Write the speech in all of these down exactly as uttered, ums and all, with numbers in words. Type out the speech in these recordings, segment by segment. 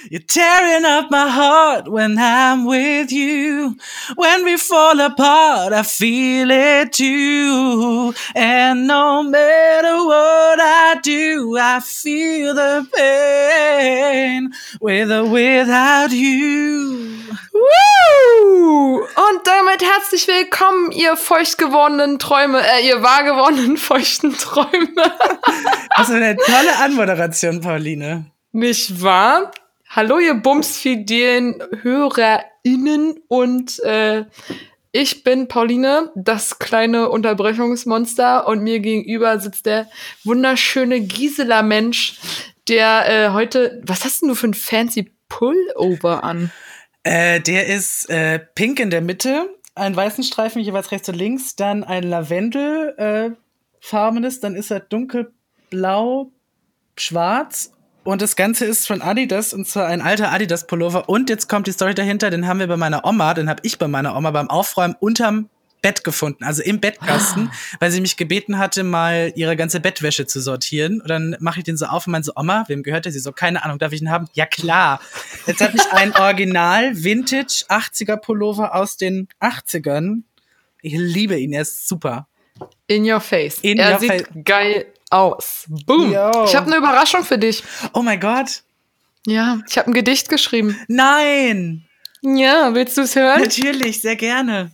You're tearing up my heart when I'm with you. When we fall apart, I feel it too. And no matter what I do, I feel the pain with or without you. Woo! Und damit herzlich willkommen, ihr feucht gewordenen Träume, äh, ihr wahr gewordenen feuchten Träume. Das ist eine tolle Anmoderation, Pauline. Nicht wahr? Hallo, ihr bumsfidelen HörerInnen und äh, ich bin Pauline, das kleine Unterbrechungsmonster, und mir gegenüber sitzt der wunderschöne Gisela-Mensch, der äh, heute, was hast denn du für ein fancy Pullover an? Äh, der ist äh, pink in der Mitte, einen weißen Streifen jeweils rechts und links, dann ein Lavendelfarbenes, äh, dann ist er dunkelblau, schwarz. Und das Ganze ist von Adidas, und zwar ein alter Adidas-Pullover. Und jetzt kommt die Story dahinter, den haben wir bei meiner Oma, den habe ich bei meiner Oma beim Aufräumen unterm Bett gefunden, also im Bettkasten, ah. weil sie mich gebeten hatte, mal ihre ganze Bettwäsche zu sortieren. Und dann mache ich den so auf und meine so, Oma, wem gehört der? Sie so, keine Ahnung, darf ich ihn haben? Ja, klar. Jetzt habe ich einen Original-Vintage achtziger Pullover aus den achtzigern. Ich liebe ihn, er ist super. In your face. In er your sieht face. geil aus. Boom. Yo. Ich habe eine Überraschung für dich. Oh mein Gott. Ja, ich habe ein Gedicht geschrieben. Nein. Ja, willst du es hören? Natürlich, sehr gerne.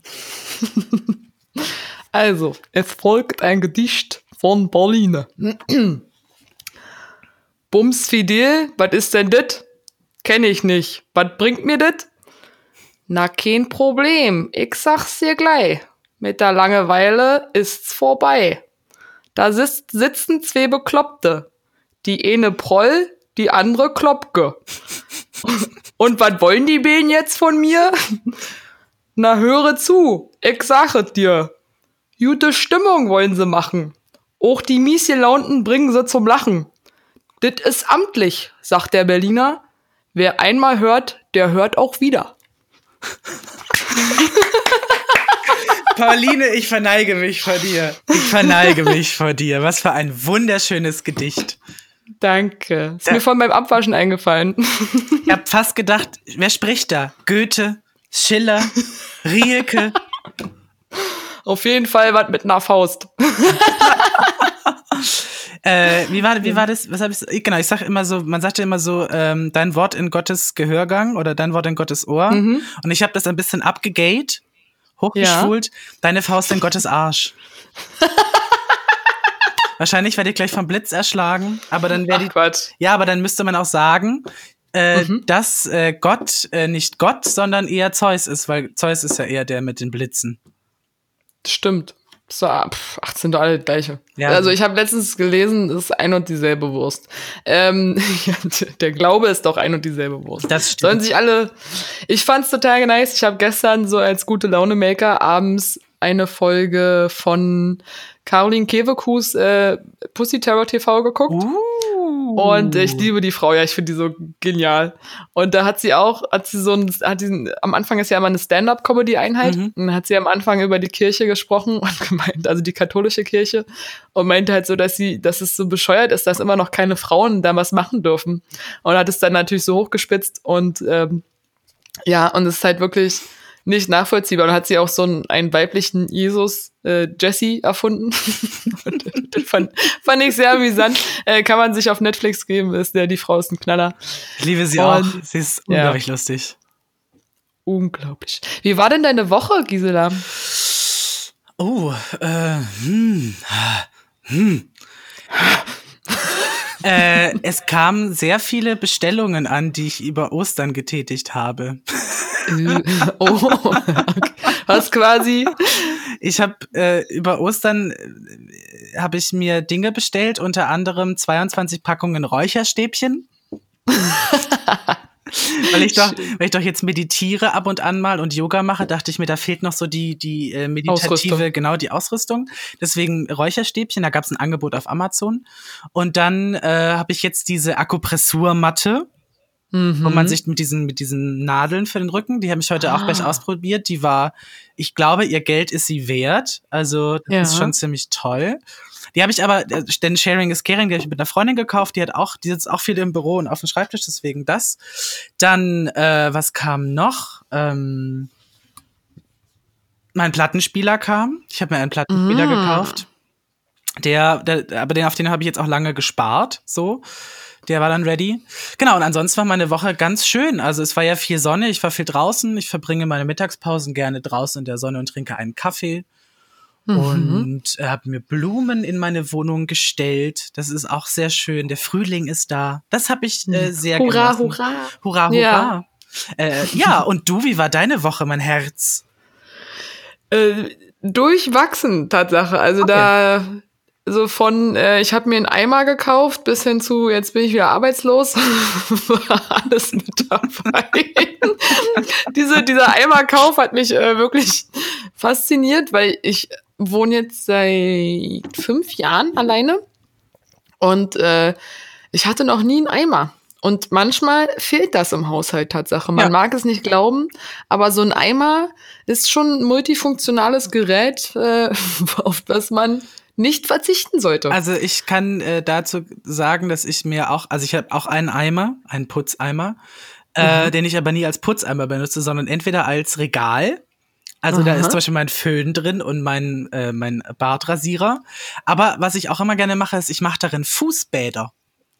Also, es folgt ein Gedicht von Pauline. Bumsfidel, was ist denn das? Kenn ich nicht. Was bringt mir das? Na, kein Problem. Ich sag's dir gleich. Mit der Langeweile ist's vorbei. Da sitzt, sitzen zwei Bekloppte. Die eine Proll, die andere Kloppke. Und was wollen die Bähen jetzt von mir? Na, höre zu, ich sag es dir. Gute Stimmung wollen sie machen. Auch die Miesgelaunten bringen sie zum Lachen. Dit ist amtlich, sagt der Berliner. Wer einmal hört, der hört auch wieder. Pauline, ich verneige mich vor dir. Ich verneige mich vor dir. Was für ein wunderschönes Gedicht. Danke. Ist ja. mir von meinem Abwaschen eingefallen. Ich hab fast gedacht, wer spricht da? Goethe, Schiller, Rilke. Auf jeden Fall was mit einer Faust. äh, wie war, wie war das? Was hab ich? Genau, ich sag immer so, man sagt ja immer so, ähm, dein Wort in Gottes Gehörgang oder dein Wort in Gottes Ohr. Mhm. Und ich habe das ein bisschen abgegate. Hochgeschwult, ja. Deine Faust in Gottes Arsch. Wahrscheinlich werde ich gleich vom Blitz erschlagen, aber dann werde ich. Quatsch. Ja, aber dann müsste man auch sagen, äh, mhm. dass äh, Gott äh, nicht Gott, sondern eher Zeus ist, weil Zeus ist ja eher der mit den Blitzen. Stimmt. So, pff, ach, sind doch alle gleiche. Ja. Also ich habe letztens gelesen, es ist ein und dieselbe Wurst. Ähm, der Glaube ist doch ein und dieselbe Wurst. Das stimmt. Sollen sich alle. Ich fand's total nice. Ich habe gestern so als gute Laune-Maker abends eine Folge von Caroline Kebekus äh, Pussy Terror T V geguckt. Uh. Und ich liebe die Frau, ja, ich finde die so genial. Und da hat sie auch, hat sie so ein, hat die, am Anfang ist ja immer eine Stand-up-Comedy-Einheit. Mhm. Und dann hat sie am Anfang über die Kirche gesprochen und gemeint, also die katholische Kirche, und meinte halt so, dass sie, dass es so bescheuert ist, dass immer noch keine Frauen da was machen dürfen. Und hat es dann natürlich so hochgespitzt und ähm, ja, und es ist halt wirklich nicht nachvollziehbar. Und hat sie auch so einen, einen weiblichen Jesus, äh, Jesse, erfunden. Und das fand, fand ich sehr amüsant. Äh, kann man sich auf Netflix geben, ist der, die Frau ist ein Knaller. Ich liebe sie und, auch. Sie ist unglaublich ja. lustig. Unglaublich. Wie war denn deine Woche, Gisela? Oh, äh, hm, hm. äh, es kamen sehr viele Bestellungen an, die ich über Ostern getätigt habe. Oh, okay. Was quasi? Ich habe äh, über Ostern äh, habe ich mir Dinge bestellt, unter anderem zweiundzwanzig Packungen Räucherstäbchen. weil ich doch, weil ich doch jetzt meditiere ab und an mal und Yoga mache, dachte ich mir, da fehlt noch so die die äh, meditative, Ausrüstung. genau die Ausrüstung. Deswegen Räucherstäbchen, da gab es ein Angebot auf Amazon. Und dann äh, habe ich jetzt diese Akupressurmatte. Mhm. Wo man sich mit diesen, mit diesen Nadeln für den Rücken, die habe ich heute Ah. auch gleich ausprobiert. Die war, ich glaube, ihr Geld ist sie wert. Also, das Ja. ist schon ziemlich toll. Die habe ich aber, denn Sharing is Caring, die habe ich mit einer Freundin gekauft. Die hat auch, die sitzt auch viel im Büro und auf dem Schreibtisch, deswegen das. Dann, äh, was kam noch? Ähm, mein Plattenspieler kam. Ich habe mir einen Plattenspieler Mm. gekauft. Der, der, aber den, auf den habe ich jetzt auch lange gespart, so. Der war dann ready. Genau, und ansonsten war meine Woche ganz schön. Also es war ja viel Sonne, ich war viel draußen. Ich verbringe meine Mittagspausen gerne draußen in der Sonne und trinke einen Kaffee. Mhm. Und äh, habe mir Blumen in meine Wohnung gestellt. Das ist auch sehr schön. Der Frühling ist da. Das habe ich äh, sehr Hurra, genossen. hurra. Hurra, hurra. Ja. Äh, ja, und du, wie war deine Woche, mein Herz? Äh, durchwachsen, Tatsache. Also Okay. da so von, äh, ich habe mir einen Eimer gekauft, bis hin zu, jetzt bin ich wieder arbeitslos. War alles mit dabei. Diese, dieser Eimerkauf hat mich äh, wirklich fasziniert, weil ich wohne jetzt seit fünf Jahren alleine und äh, ich hatte noch nie einen Eimer. Und manchmal fehlt das im Haushalt Tatsache. Man Ja. mag es nicht glauben, aber so ein Eimer ist schon ein multifunktionales Gerät, äh, auf das man nicht verzichten sollte. Also ich kann äh, dazu sagen, dass ich mir auch, also ich habe auch einen Eimer, einen Putzeimer, äh, Mhm. den ich aber nie als Putzeimer benutze, sondern entweder als Regal. Also da Aha. ist zum Beispiel mein Föhn drin und mein, äh, mein Bartrasierer. Aber was ich auch immer gerne mache, ist, ich mache darin Fußbäder.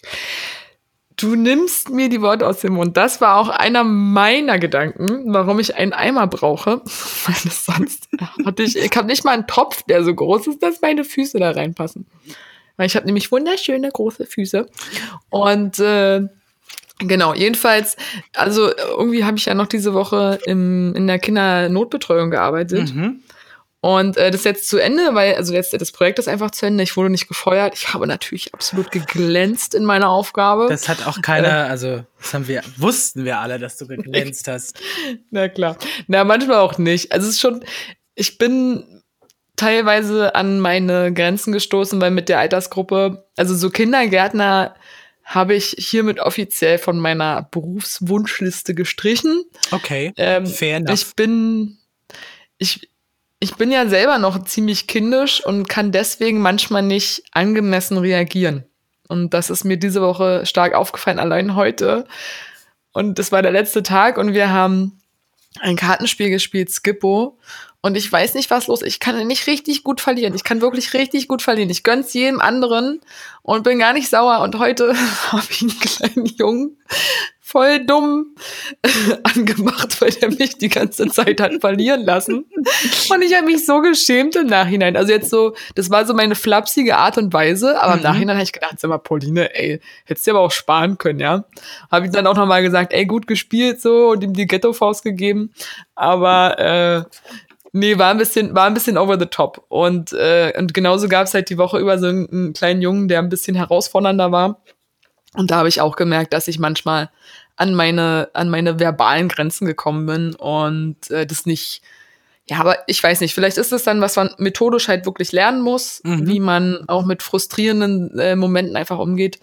Du nimmst mir die Worte aus dem Mund. Das war auch einer meiner Gedanken, warum ich einen Eimer brauche. Weil es sonst hatte ich, ich habe nicht mal einen Topf, der so groß ist, dass meine Füße da reinpassen. Weil ich habe nämlich wunderschöne große Füße. Und äh, genau, jedenfalls, also irgendwie habe ich ja noch diese Woche im, in der Kindernotbetreuung gearbeitet. Mhm. Und äh, das ist jetzt zu Ende, weil, also jetzt das Projekt ist einfach zu Ende. Ich wurde nicht gefeuert. Ich habe natürlich absolut geglänzt in meiner Aufgabe. Das hat auch keiner, also das haben wir, wussten wir alle, dass du geglänzt hast. Na klar. Na, manchmal auch nicht. Also es ist schon, ich bin teilweise an meine Grenzen gestoßen, weil mit der Altersgruppe, also so Kindergärtner habe ich hiermit offiziell von meiner Berufswunschliste gestrichen. Okay, Ähm, fair enough. ich bin, ich, ich bin ja selber noch ziemlich kindisch und kann deswegen manchmal nicht angemessen reagieren. Und das ist mir diese Woche stark aufgefallen, allein heute. Und das war der letzte Tag und wir haben ein Kartenspiel gespielt, Skippo. Und ich weiß nicht, was los ist. Ich kann nicht richtig gut verlieren. Ich kann wirklich richtig gut verlieren. Ich gönn's jedem anderen und bin gar nicht sauer. Und heute habe ich einen kleinen Jungen voll dumm angemacht, weil der mich die ganze Zeit hat verlieren lassen. Und ich habe mich so geschämt im Nachhinein. Also jetzt so, das war so meine flapsige Art und Weise. Aber im Mhm. Nachhinein habe ich gedacht, sag mal, Pauline, ey, hättest du aber auch sparen können, ja. Habe ich dann auch nochmal gesagt, ey, gut gespielt so und ihm die Ghetto-Faust gegeben. Aber äh, nee, war ein bisschen, war ein bisschen over the top. Und, äh, und genauso gab es halt die Woche über so einen, einen kleinen Jungen, der ein bisschen herausfordernder war. Und da habe ich auch gemerkt, dass ich manchmal an meine, an meine verbalen Grenzen gekommen bin und äh, das nicht, ja, aber ich weiß nicht, vielleicht ist es dann, was man methodisch halt wirklich lernen muss, Mhm. wie man auch mit frustrierenden äh, Momenten einfach umgeht.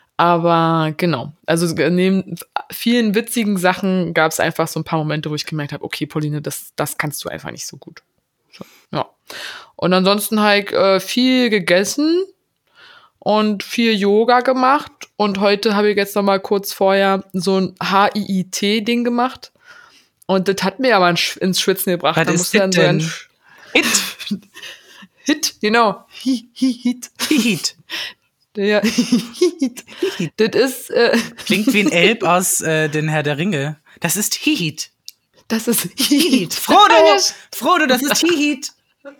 Aber genau, also neben vielen witzigen Sachen gab es einfach so ein paar Momente, wo ich gemerkt habe, okay, Pauline, das, das kannst du einfach nicht so gut. So, ja. Und ansonsten halt äh, viel gegessen und viel Yoga gemacht. Und heute habe ich jetzt noch mal kurz vorher so ein H I I T-Ding gemacht. Und das hat mir aber ins Schwitzen gebracht. Was Da ist musste das dann so ein denn? Hit. Hit, genau. Hi, hi, Hit. Hit. Ja, Hit. Das ist, äh, Klingt wie ein Elb aus äh, den Herr der Ringe. Das ist Hit. das ist Hit. Hit. Frodo! Frodo, das ist Hit.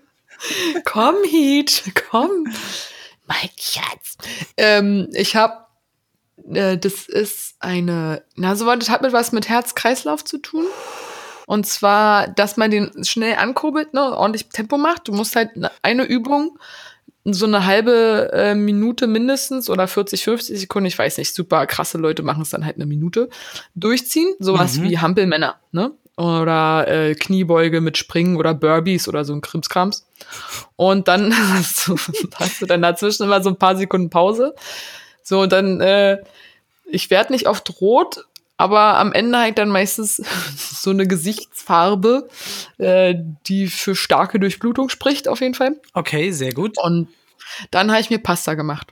Komm, Heat, komm. Mein Schatz. Ähm, ich habe, äh, das ist eine, na, so das hat mit was mit Herz-Kreislauf zu tun. Und zwar, dass man den schnell ankurbelt, ne, ordentlich Tempo macht. Du musst halt eine Übung, so eine halbe äh, Minute mindestens oder vierzig, fünfzig Sekunden, ich weiß nicht, super krasse Leute machen es dann halt eine Minute, durchziehen. Sowas Mhm. wie Hampelmänner, ne? Oder äh, Kniebeuge mit Springen oder Burpees oder so ein Krimskrams. Und dann hast du, hast du dann dazwischen immer so ein paar Sekunden Pause. So, und dann, äh, ich werde nicht oft rot, Aber am Ende halt dann meistens so eine Gesichtsfarbe, äh, die für starke Durchblutung spricht, auf jeden Fall. Okay, sehr gut. Und dann habe ich mir Pasta gemacht.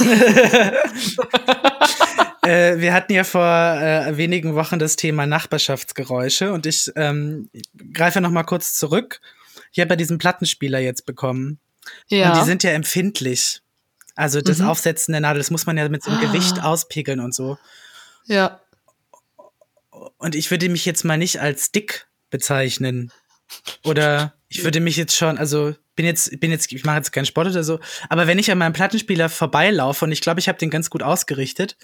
äh, wir hatten ja vor äh, wenigen Wochen das Thema Nachbarschaftsgeräusche und ich ähm, greife noch mal kurz zurück. Ich habe ja diesen Plattenspieler jetzt bekommen. Ja. Und die sind ja empfindlich. Also das Mhm. Aufsetzen der Nadel, das muss man ja mit so einem Ah. Gewicht auspegeln und so. Ja. Und ich würde mich jetzt mal nicht als dick bezeichnen. Oder ich würde mich jetzt schon, also bin jetzt, bin jetzt, ich mache jetzt keinen Sport oder so, aber wenn ich an meinem Plattenspieler vorbeilaufe und ich glaube, ich habe den ganz gut ausgerichtet,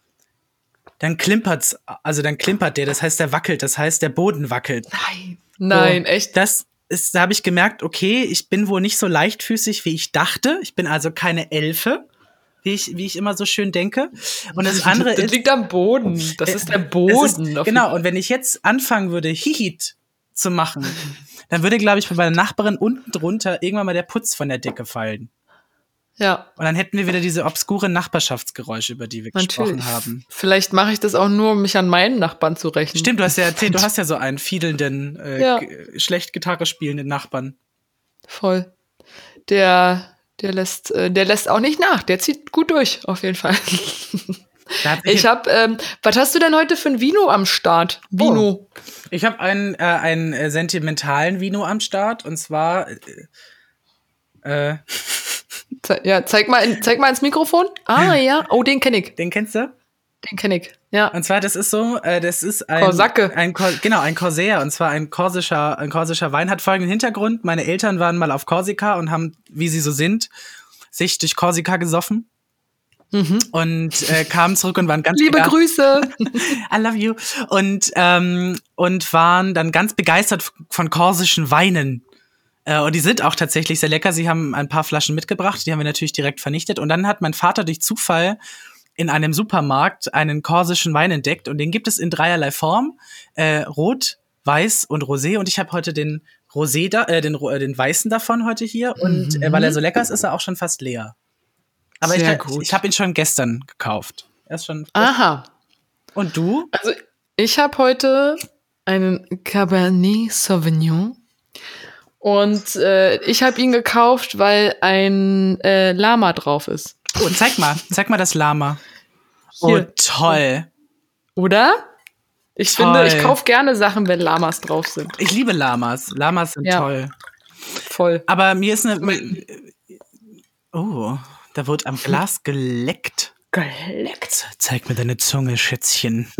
dann klimpert's, also dann klimpert der, das heißt, der wackelt, das heißt, der Boden wackelt. Nein. Nein, so, echt? Das ist, da habe ich gemerkt, okay, ich bin wohl nicht so leichtfüßig, wie ich dachte. Ich bin also keine Elfe, wie ich, wie ich immer so schön denke. Und das andere das ist. liegt am Boden. Das ist der Es Boden. ist, genau, und wenn ich jetzt anfangen würde, Hihit zu machen, dann würde, glaube ich, bei meiner Nachbarin unten drunter irgendwann mal der Putz von der Decke fallen. Ja. Und dann hätten wir wieder diese obskuren Nachbarschaftsgeräusche, über die wir Natürlich. gesprochen haben. Vielleicht mache ich das auch nur, um mich an meinen Nachbarn zu rächen. Stimmt, du hast ja erzählt, du hast ja so einen fiedelnden, äh, Ja. g- schlecht Gitarre spielenden Nachbarn. Voll. Der, der lässt, äh, der lässt auch nicht nach. Der zieht gut durch, auf jeden Fall. Da hat sich Ich hab, ähm, was hast du denn heute für ein Vino am Start? Vino. Ich habe einen, äh, einen äh, sentimentalen Vino am Start und zwar äh, äh, Ze- ja, zeig mal, in, zeig mal ins Mikrofon. Ah, ja. Oh, den kenn ich. den kennst du? Den kenn ich. Ja. Und zwar, das ist so, äh, das ist ein Korsake. ein Kor genau, ein Corsair und zwar ein korsischer ein korsischer Wein hat folgenden Hintergrund. Meine Eltern waren mal auf Korsika und haben, wie sie so sind, sich durch Korsika gesoffen. Mhm. Und äh, kamen zurück und waren ganz Liebe bega- Grüße. I love you. Und, ähm, und waren dann ganz begeistert von korsischen Weinen. Äh, und die sind auch tatsächlich sehr lecker. Sie haben ein paar Flaschen mitgebracht, die haben wir natürlich direkt vernichtet. Und dann hat mein Vater durch Zufall in einem Supermarkt einen korsischen Wein entdeckt. Und den gibt es in dreierlei Form. Äh, Rot, Weiß und Rosé. Und ich habe heute den Rosé da, äh, den, Ro- äh, den Weißen davon heute hier. Und äh, weil er so lecker ist, ist er auch schon fast leer. Aber Sehr ich, gut. ich habe ihn schon gestern gekauft. Er ist schon. Aha. Und du? Also, ich habe heute einen Cabernet Sauvignon. Und äh, ich habe ihn gekauft, weil ein äh, Lama drauf ist. Oh, zeig mal, zeig mal das Lama. Oh, Hier. toll. Oder? Ich Toll. finde, ich kaufe gerne Sachen, wenn Lamas drauf sind. Ich liebe Lamas. Lamas sind Ja. toll. Voll. Aber mir ist eine. Oh, da wird am Glas geleckt. Geleckt. Zeig mir deine Zunge, Schätzchen.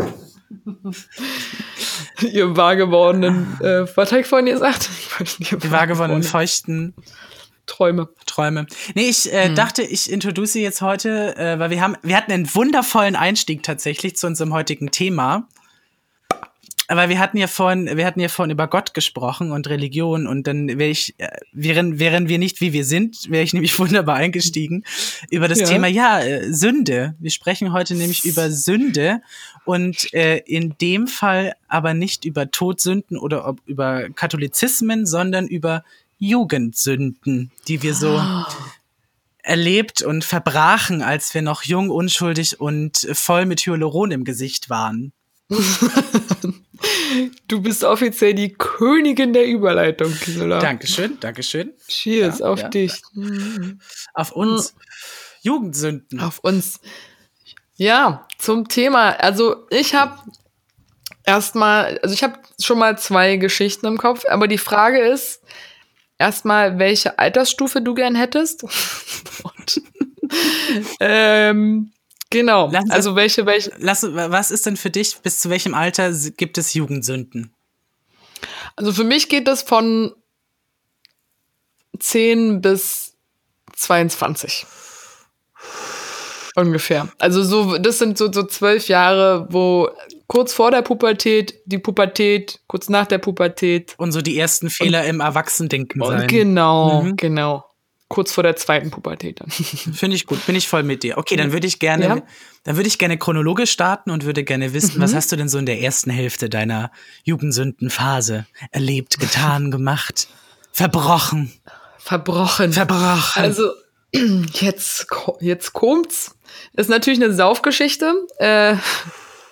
Ihr wahrgewordenen, äh, was habe ich vorhin gesagt? Die wahrgewordenen feuchten Träume. Träume. Nee, ich äh, dachte, ich introduce jetzt heute, äh, weil wir haben, wir hatten einen wundervollen Einstieg tatsächlich zu unserem heutigen Thema. Aber wir hatten ja vorhin, wir hatten ja vorhin über Gott gesprochen und Religion und dann wäre ich, äh, wären, wären wir nicht wie wir sind, wäre ich nämlich wunderbar eingestiegen über das Ja. Thema, ja, äh, Sünde. Wir sprechen heute nämlich über Sünde und äh, in dem Fall aber nicht über Todsünden oder ob, über Katholizismen, sondern über Jugendsünden, die wir so erlebt und verbrachen, als wir noch jung, unschuldig und voll mit Hyaluron im Gesicht waren. Du bist offiziell die Königin der Überleitung, Gisela. Dankeschön, Dankeschön. Cheers Ja, auf ja. dich. Mhm. Auf uns. Jugendsünden. Auf uns. Ja, zum Thema. Also ich habe erstmal, also ich habe schon mal zwei Geschichten im Kopf, aber die Frage ist erstmal, welche Altersstufe du gern hättest. Und, ähm, genau. Lass uns Also welche, welche. Lass, was ist denn für dich, bis zu welchem Alter s- gibt es Jugendsünden? Also für mich geht das von zehn bis zweiundzwanzig. Ungefähr. Also so, das sind so, so zwölf Jahre, wo kurz vor der Pubertät, die Pubertät, kurz nach der Pubertät. Und so die ersten Fehler im Erwachsendenken sein. Genau, Mhm. genau. Kurz vor der zweiten Pubertät dann. Finde ich gut, bin ich voll mit dir. Okay, dann würde ich gerne, Ja. dann würde ich gerne chronologisch starten und würde gerne wissen, was hast du denn so in der ersten Hälfte deiner Jugendsündenphase erlebt, getan, gemacht, verbrochen, Verbrochen. verbrochen? Also, jetzt, ko- jetzt kommt's. Ist natürlich eine Saufgeschichte. Äh,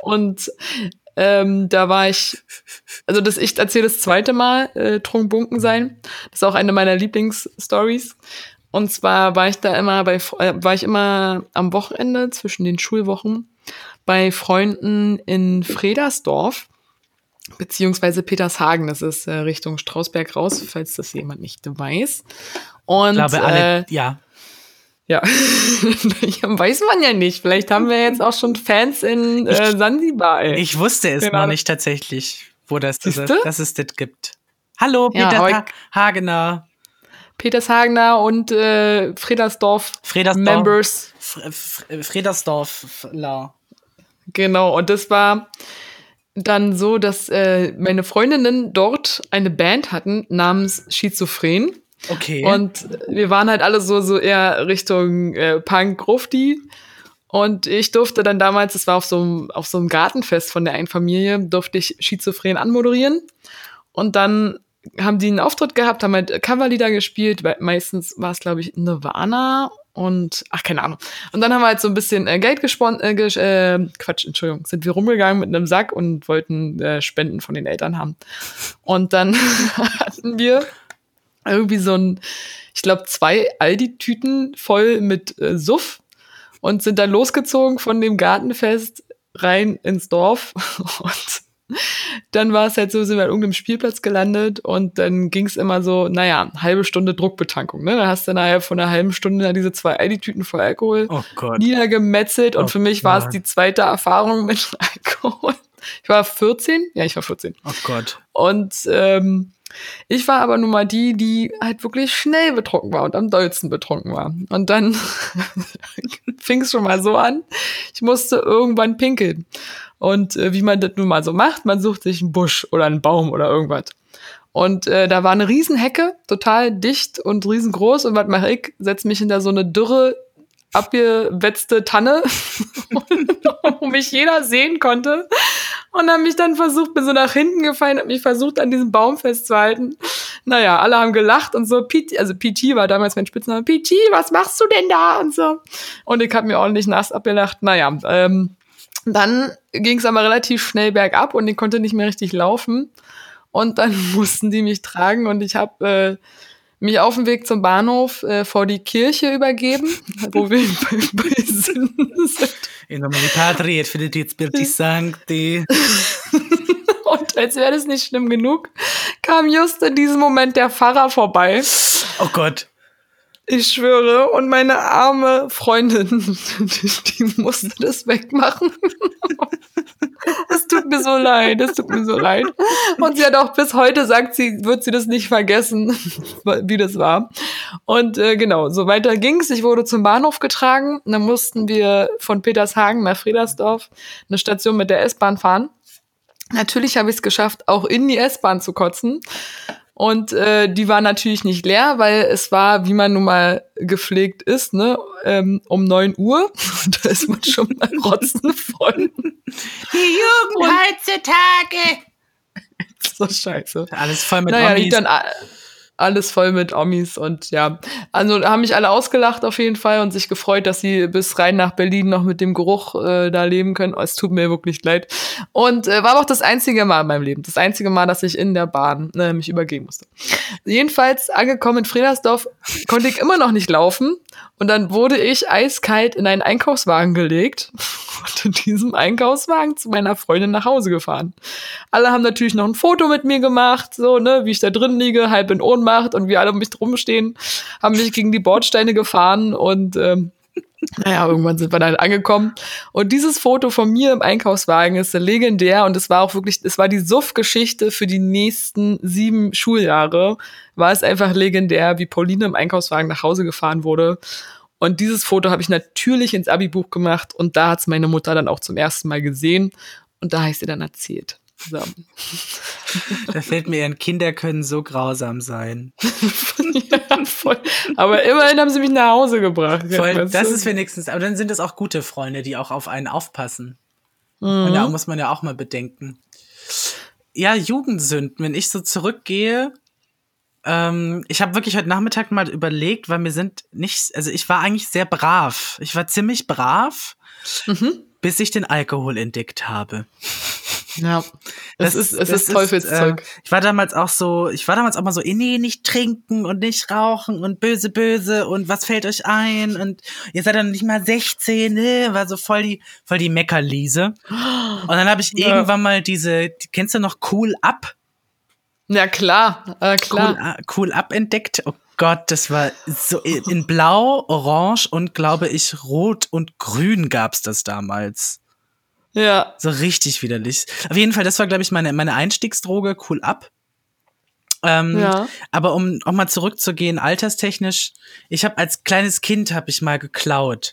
Und ähm, da war ich, also das, ich erzähle das zweite Mal, äh, Trunkenbunken sein. Das ist auch eine meiner Lieblingsstories. Und zwar war ich da immer bei, äh, war ich immer am Wochenende zwischen den Schulwochen bei Freunden in Fredersdorf, beziehungsweise Petershagen. Das ist äh, Richtung Strausberg raus, falls das jemand nicht weiß. Und, ich glaube, alle, äh, ja. Ja, weiß man ja nicht. Vielleicht haben wir jetzt auch schon Fans in äh, Sansibar. Ey. Ich wusste es Genau. noch nicht tatsächlich, wo das, das Siehste? dass es das gibt. Hallo, Ja, Peter aber ha- Hagener. Petershagener und äh, Fredersdorf Fredersdorf. Members. F- F- Fredersdorf. La. Genau, und das war dann so, dass äh, meine Freundinnen dort eine Band hatten namens Schizophren. Okay. Und wir waren halt alle so, so eher Richtung äh, Punk, Grufti. Und ich durfte dann damals, das war auf so einem, auf so einem Gartenfest von der einen Familie, durfte ich Schizophren anmoderieren. Und dann haben die einen Auftritt gehabt, haben halt Coverlieder gespielt. Weil meistens war es, glaube ich, Nirvana und, ach, keine Ahnung. Und dann haben wir halt so ein bisschen äh, Geld gesponsert, äh, ges- äh, Quatsch, Entschuldigung, sind wir rumgegangen mit einem Sack und wollten äh, Spenden von den Eltern haben. Und dann hatten wir irgendwie so ein, ich glaube, zwei Aldi-Tüten voll mit äh, Suff und sind dann losgezogen von dem Gartenfest rein ins Dorf. Und dann war es halt so, sind wir an irgendeinem Spielplatz gelandet und dann ging es immer so, naja, halbe Stunde Druckbetankung. Ne? Dann hast du innerhalb von einer halben Stunde dann diese zwei Aldi-Tüten voll Alkohol Oh Gott. niedergemetzelt. Und Oh für mich war es Gott. die zweite Erfahrung mit Alkohol. Ich war vierzehn? Ja, ich war vierzehn. Oh Gott. Und ähm, ich war aber nun mal die, die halt wirklich schnell betrunken war und am dollsten betrunken war. Und dann fing es schon mal so an, ich musste irgendwann pinkeln. Und äh, wie man das nun mal so macht, man sucht sich einen Busch oder einen Baum oder irgendwas. Und äh, da war eine Riesenhecke, total dicht und riesengroß. Und was mache ich? Setz mich hinter so eine dürre, abgewetzte Tanne, wo mich jeder sehen konnte. Und haben mich dann versucht, bin so nach hinten gefallen, hab mich versucht, an diesem Baum festzuhalten. Naja, alle haben gelacht und so. P T, also P T war damals mein Spitzname. P T, was machst du denn da? Und so. Und ich hab mir ordentlich nass abgelacht. Naja, ähm, dann ging es aber relativ schnell bergab und ich konnte nicht mehr richtig laufen. Und dann mussten die mich tragen und ich habe äh, mich auf dem Weg zum Bahnhof äh, vor die Kirche übergeben, wo wir bei, bei sind. In nomine Patri et Filii et Spiritus Sancti. Und als wäre das nicht schlimm genug, kam just in diesem Moment der Pfarrer vorbei. Oh Gott. Ich schwöre. Und meine arme Freundin, die, die musste das wegmachen. Es tut mir so leid, es tut mir so leid. Und sie hat auch bis heute sagt, sie wird sie das nicht vergessen, wie das war. Und äh, genau, so weiter ging's. Ich wurde zum Bahnhof getragen. Und dann mussten wir von Petershagen nach Fredersdorf eine Station mit der S-Bahn fahren. Natürlich habe ich es geschafft, auch in die S-Bahn zu kotzen. Und äh, die war natürlich nicht leer, weil es war, wie man nun mal gepflegt ist, ne, ähm, um neun Uhr. Und da ist man schon mal rotzenvoll. Die Jugend heutzutage. So scheiße. Alles voll mit naja, Omis. ich dann a- alles voll mit Omis und ja. Also haben mich alle ausgelacht auf jeden Fall und sich gefreut, dass sie bis rein nach Berlin noch mit dem Geruch äh, da leben können. Oh, es tut mir wirklich leid. Und äh, war aber auch das einzige Mal in meinem Leben. Das einzige Mal, dass ich in der Bahn äh, mich übergeben musste. Jedenfalls angekommen in Fredersdorf konnte ich immer noch nicht laufen. Und dann wurde ich eiskalt in einen Einkaufswagen gelegt und in diesem Einkaufswagen zu meiner Freundin nach Hause gefahren. Alle haben natürlich noch ein Foto mit mir gemacht, so, ne, wie ich da drin liege, halb in Ohnmacht und wie alle um mich rumstehen, haben mich gegen die Bordsteine gefahren und ähm, naja, irgendwann sind wir dann angekommen. Und dieses Foto von mir im Einkaufswagen ist legendär und es war auch wirklich, es war die Suff-Geschichte für die nächsten sieben Schuljahre. War es einfach legendär, wie Pauline im Einkaufswagen nach Hause gefahren wurde. Und dieses Foto habe ich natürlich ins Abi-Buch gemacht und da hat es meine Mutter dann auch zum ersten Mal gesehen und da habe ich sie dann erzählt. So. Da fällt mir ein, Kinder können so grausam sein. Ja, voll. Aber immerhin haben sie mich nach Hause gebracht. Voll, das ist wenigstens, aber dann sind es auch gute Freunde, die auch auf einen aufpassen. Mhm. Und da muss man ja auch mal bedenken. Ja, Jugendsünden, wenn ich so zurückgehe, Ähm, ich habe wirklich heute Nachmittag mal überlegt, weil mir sind nicht, also ich war eigentlich sehr brav. Ich war ziemlich brav, Mhm. bis ich den Alkohol entdeckt habe. Ja, Das es ist, es das ist Teufelszeug. Äh, ich war damals auch so, ich war damals auch mal so, eh, nee, nicht trinken und nicht rauchen und böse, böse und was fällt euch ein und ihr seid dann nicht mal sechzehn, ne? War so voll die, voll die Meckerliese. Und dann habe ich Ja. irgendwann mal diese, kennst du noch Cool Up? Ja, klar, äh, klar. Cool, cool Up entdeckt. Oh Gott, das war so in Blau, Orange und glaube ich Rot und Grün gab's das damals. Ja. So richtig widerlich. Auf jeden Fall, das war, glaube ich, meine, meine Einstiegsdroge, Cool Up. Ähm, Ja. Aber um auch mal zurückzugehen, alterstechnisch, ich habe als kleines Kind habe ich mal geklaut.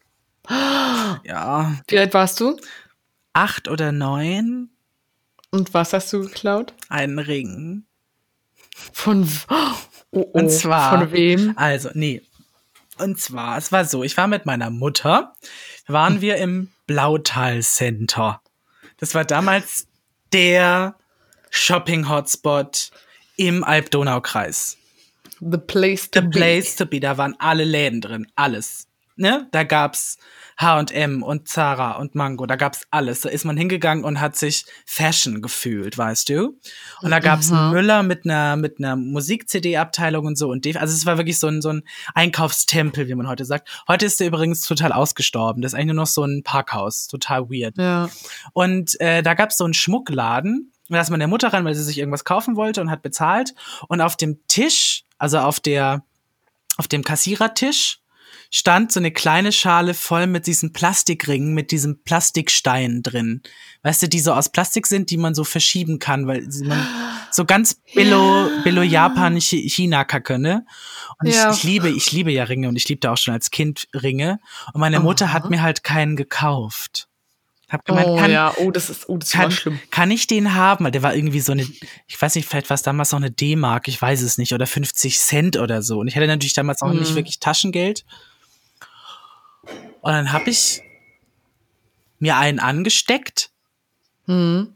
Ja. Wie alt warst du? Acht oder neun. Und was hast du geklaut? Einen Ring. Von oh, oh, Und zwar. Von wem? Also, nee. Und zwar, es war so, ich war mit meiner Mutter, waren wir im Blautal Center. Das war damals der Shopping-Hotspot im Alb-Donau-Kreis. The place to The be. place to be. Da waren alle Läden drin, alles. Ne? Da gab's H und M und Zara und Mango, da gab's alles. Da ist man hingegangen und hat sich Fashion gefühlt, weißt du? Und da gab's einen Müller mit einer mit einer Musik-C D-Abteilung und so. Und also es war wirklich so ein, so ein Einkaufstempel, wie man heute sagt. Heute ist der übrigens total ausgestorben. Das ist eigentlich nur noch so ein Parkhaus. Total weird. Ja. Und äh, da gab's so einen Schmuckladen. Da ist meine Mutter rein, weil sie sich irgendwas kaufen wollte und hat bezahlt. Und auf dem Tisch, also auf der auf dem Kassierertisch, stand so eine kleine Schale voll mit diesen Plastikringen, mit diesem Plastikstein drin. Weißt du, die so aus Plastik sind, die man so verschieben kann, weil sie man so ganz Billo, ja. Billo Japan, China-Kacke, ne? Und ja. ich, ich liebe, ich liebe ja Ringe und ich liebte auch schon als Kind Ringe. Und meine Mutter oh. hat mir halt keinen gekauft. Hab gemeint, oh kann, ja, oh, das ist, oh, das kann, war schlimm. Kann ich den haben? Weil der war irgendwie so eine, ich weiß nicht, vielleicht war es damals noch eine D-Mark, ich weiß es nicht, oder fünfzig Cent oder so. Und ich hatte natürlich damals auch hm. nicht wirklich Taschengeld. Und dann habe ich mir einen angesteckt. Hm.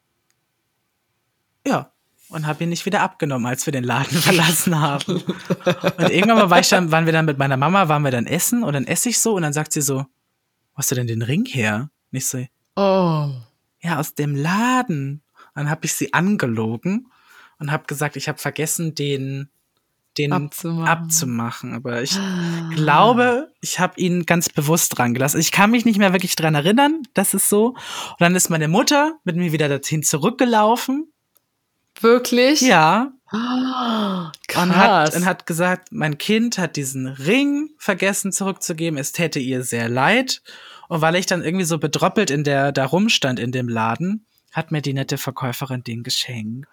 Ja. Und habe ihn nicht wieder abgenommen, als wir den Laden verlassen haben. Und irgendwann mal war ich dann, waren wir dann mit meiner Mama, waren wir dann essen und dann esse ich so und dann sagt sie so, wo hast du denn den Ring her? Und ich so, oh. Ja, aus dem Laden. Und dann habe ich sie angelogen und habe gesagt, ich habe vergessen, den den abzumachen. abzumachen. Aber ich ah. glaube, ich habe ihn ganz bewusst dran gelassen. Ich kann mich nicht mehr wirklich dran erinnern, das ist so. Und dann ist meine Mutter mit mir wieder dorthin zurückgelaufen. Wirklich? Ja. Oh, krass. Und hat, und hat gesagt, mein Kind hat diesen Ring vergessen zurückzugeben. Es täte ihr sehr leid. Und weil ich dann irgendwie so bedroppelt in der, da rumstand in dem Laden, hat mir die nette Verkäuferin den geschenkt.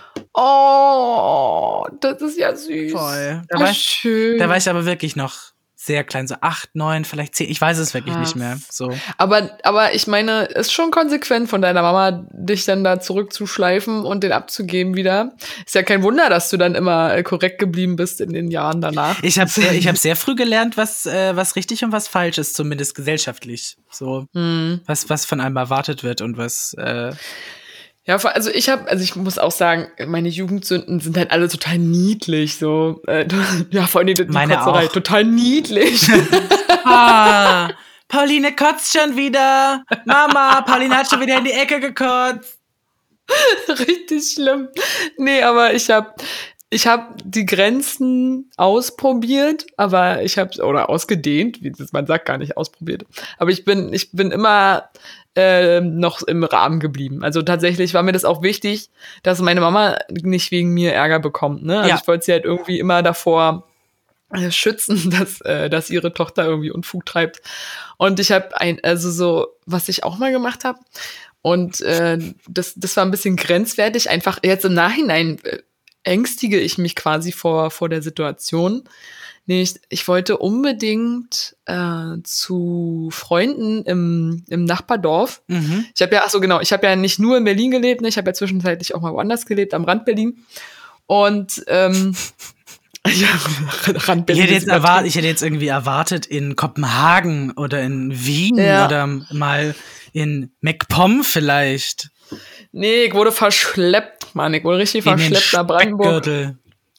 Oh, das ist ja süß. Voll. Da, oh, war ich, schön. da war ich aber wirklich noch sehr klein, so acht, neun, vielleicht zehn. Ich weiß es wirklich Krass. nicht mehr. So. Aber, aber ich meine, ist schon konsequent von deiner Mama, dich dann da zurückzuschleifen und den abzugeben wieder. Ist ja kein Wunder, dass du dann immer korrekt geblieben bist in den Jahren danach. Ich habe sehr, ich hab sehr früh gelernt, was, äh, was richtig und was falsch ist, zumindest gesellschaftlich. So, hm. was, was von einem erwartet wird und was. Äh Ja, also ich habe, also ich muss auch sagen, meine Jugendsünden sind halt alle total niedlich, so. Äh, ja, vor allem die, die meine Kotzerei, auch. total niedlich. ah, Pauline kotzt schon wieder. Mama, Pauline hat schon wieder in die Ecke gekotzt. Richtig schlimm. Nee, aber ich habe ich habe die Grenzen ausprobiert, aber ich habe oder ausgedehnt, wie das, man sagt gar nicht ausprobiert. Aber ich bin ich bin immer äh, noch im Rahmen geblieben. Also tatsächlich war mir das auch wichtig, dass meine Mama nicht wegen mir Ärger bekommt. Ne? Also ja. ich wollte sie halt irgendwie immer davor äh, schützen, dass äh, dass ihre Tochter irgendwie Unfug treibt. Und ich habe ein also so, was ich auch mal gemacht habe. Und äh, das das war ein bisschen grenzwertig. Einfach jetzt im Nachhinein äh, ängstige ich mich quasi vor vor der Situation. Ich, ich wollte unbedingt äh, zu Freunden im, im Nachbardorf. Mhm. Ich habe ja, ach so genau, ich habe ja nicht nur in Berlin gelebt, ne? Ich habe ja zwischenzeitlich auch mal woanders gelebt, am Rand Berlin. Und ähm, ja, Rand Berlin. Ich hätte, jetzt erwartet, ich hätte jetzt irgendwie erwartet in Kopenhagen oder in Wien ja. oder mal in MacPom vielleicht. Nee, ich wurde verschleppt, Mann. Ich wurde richtig in verschleppt nach Brandenburg.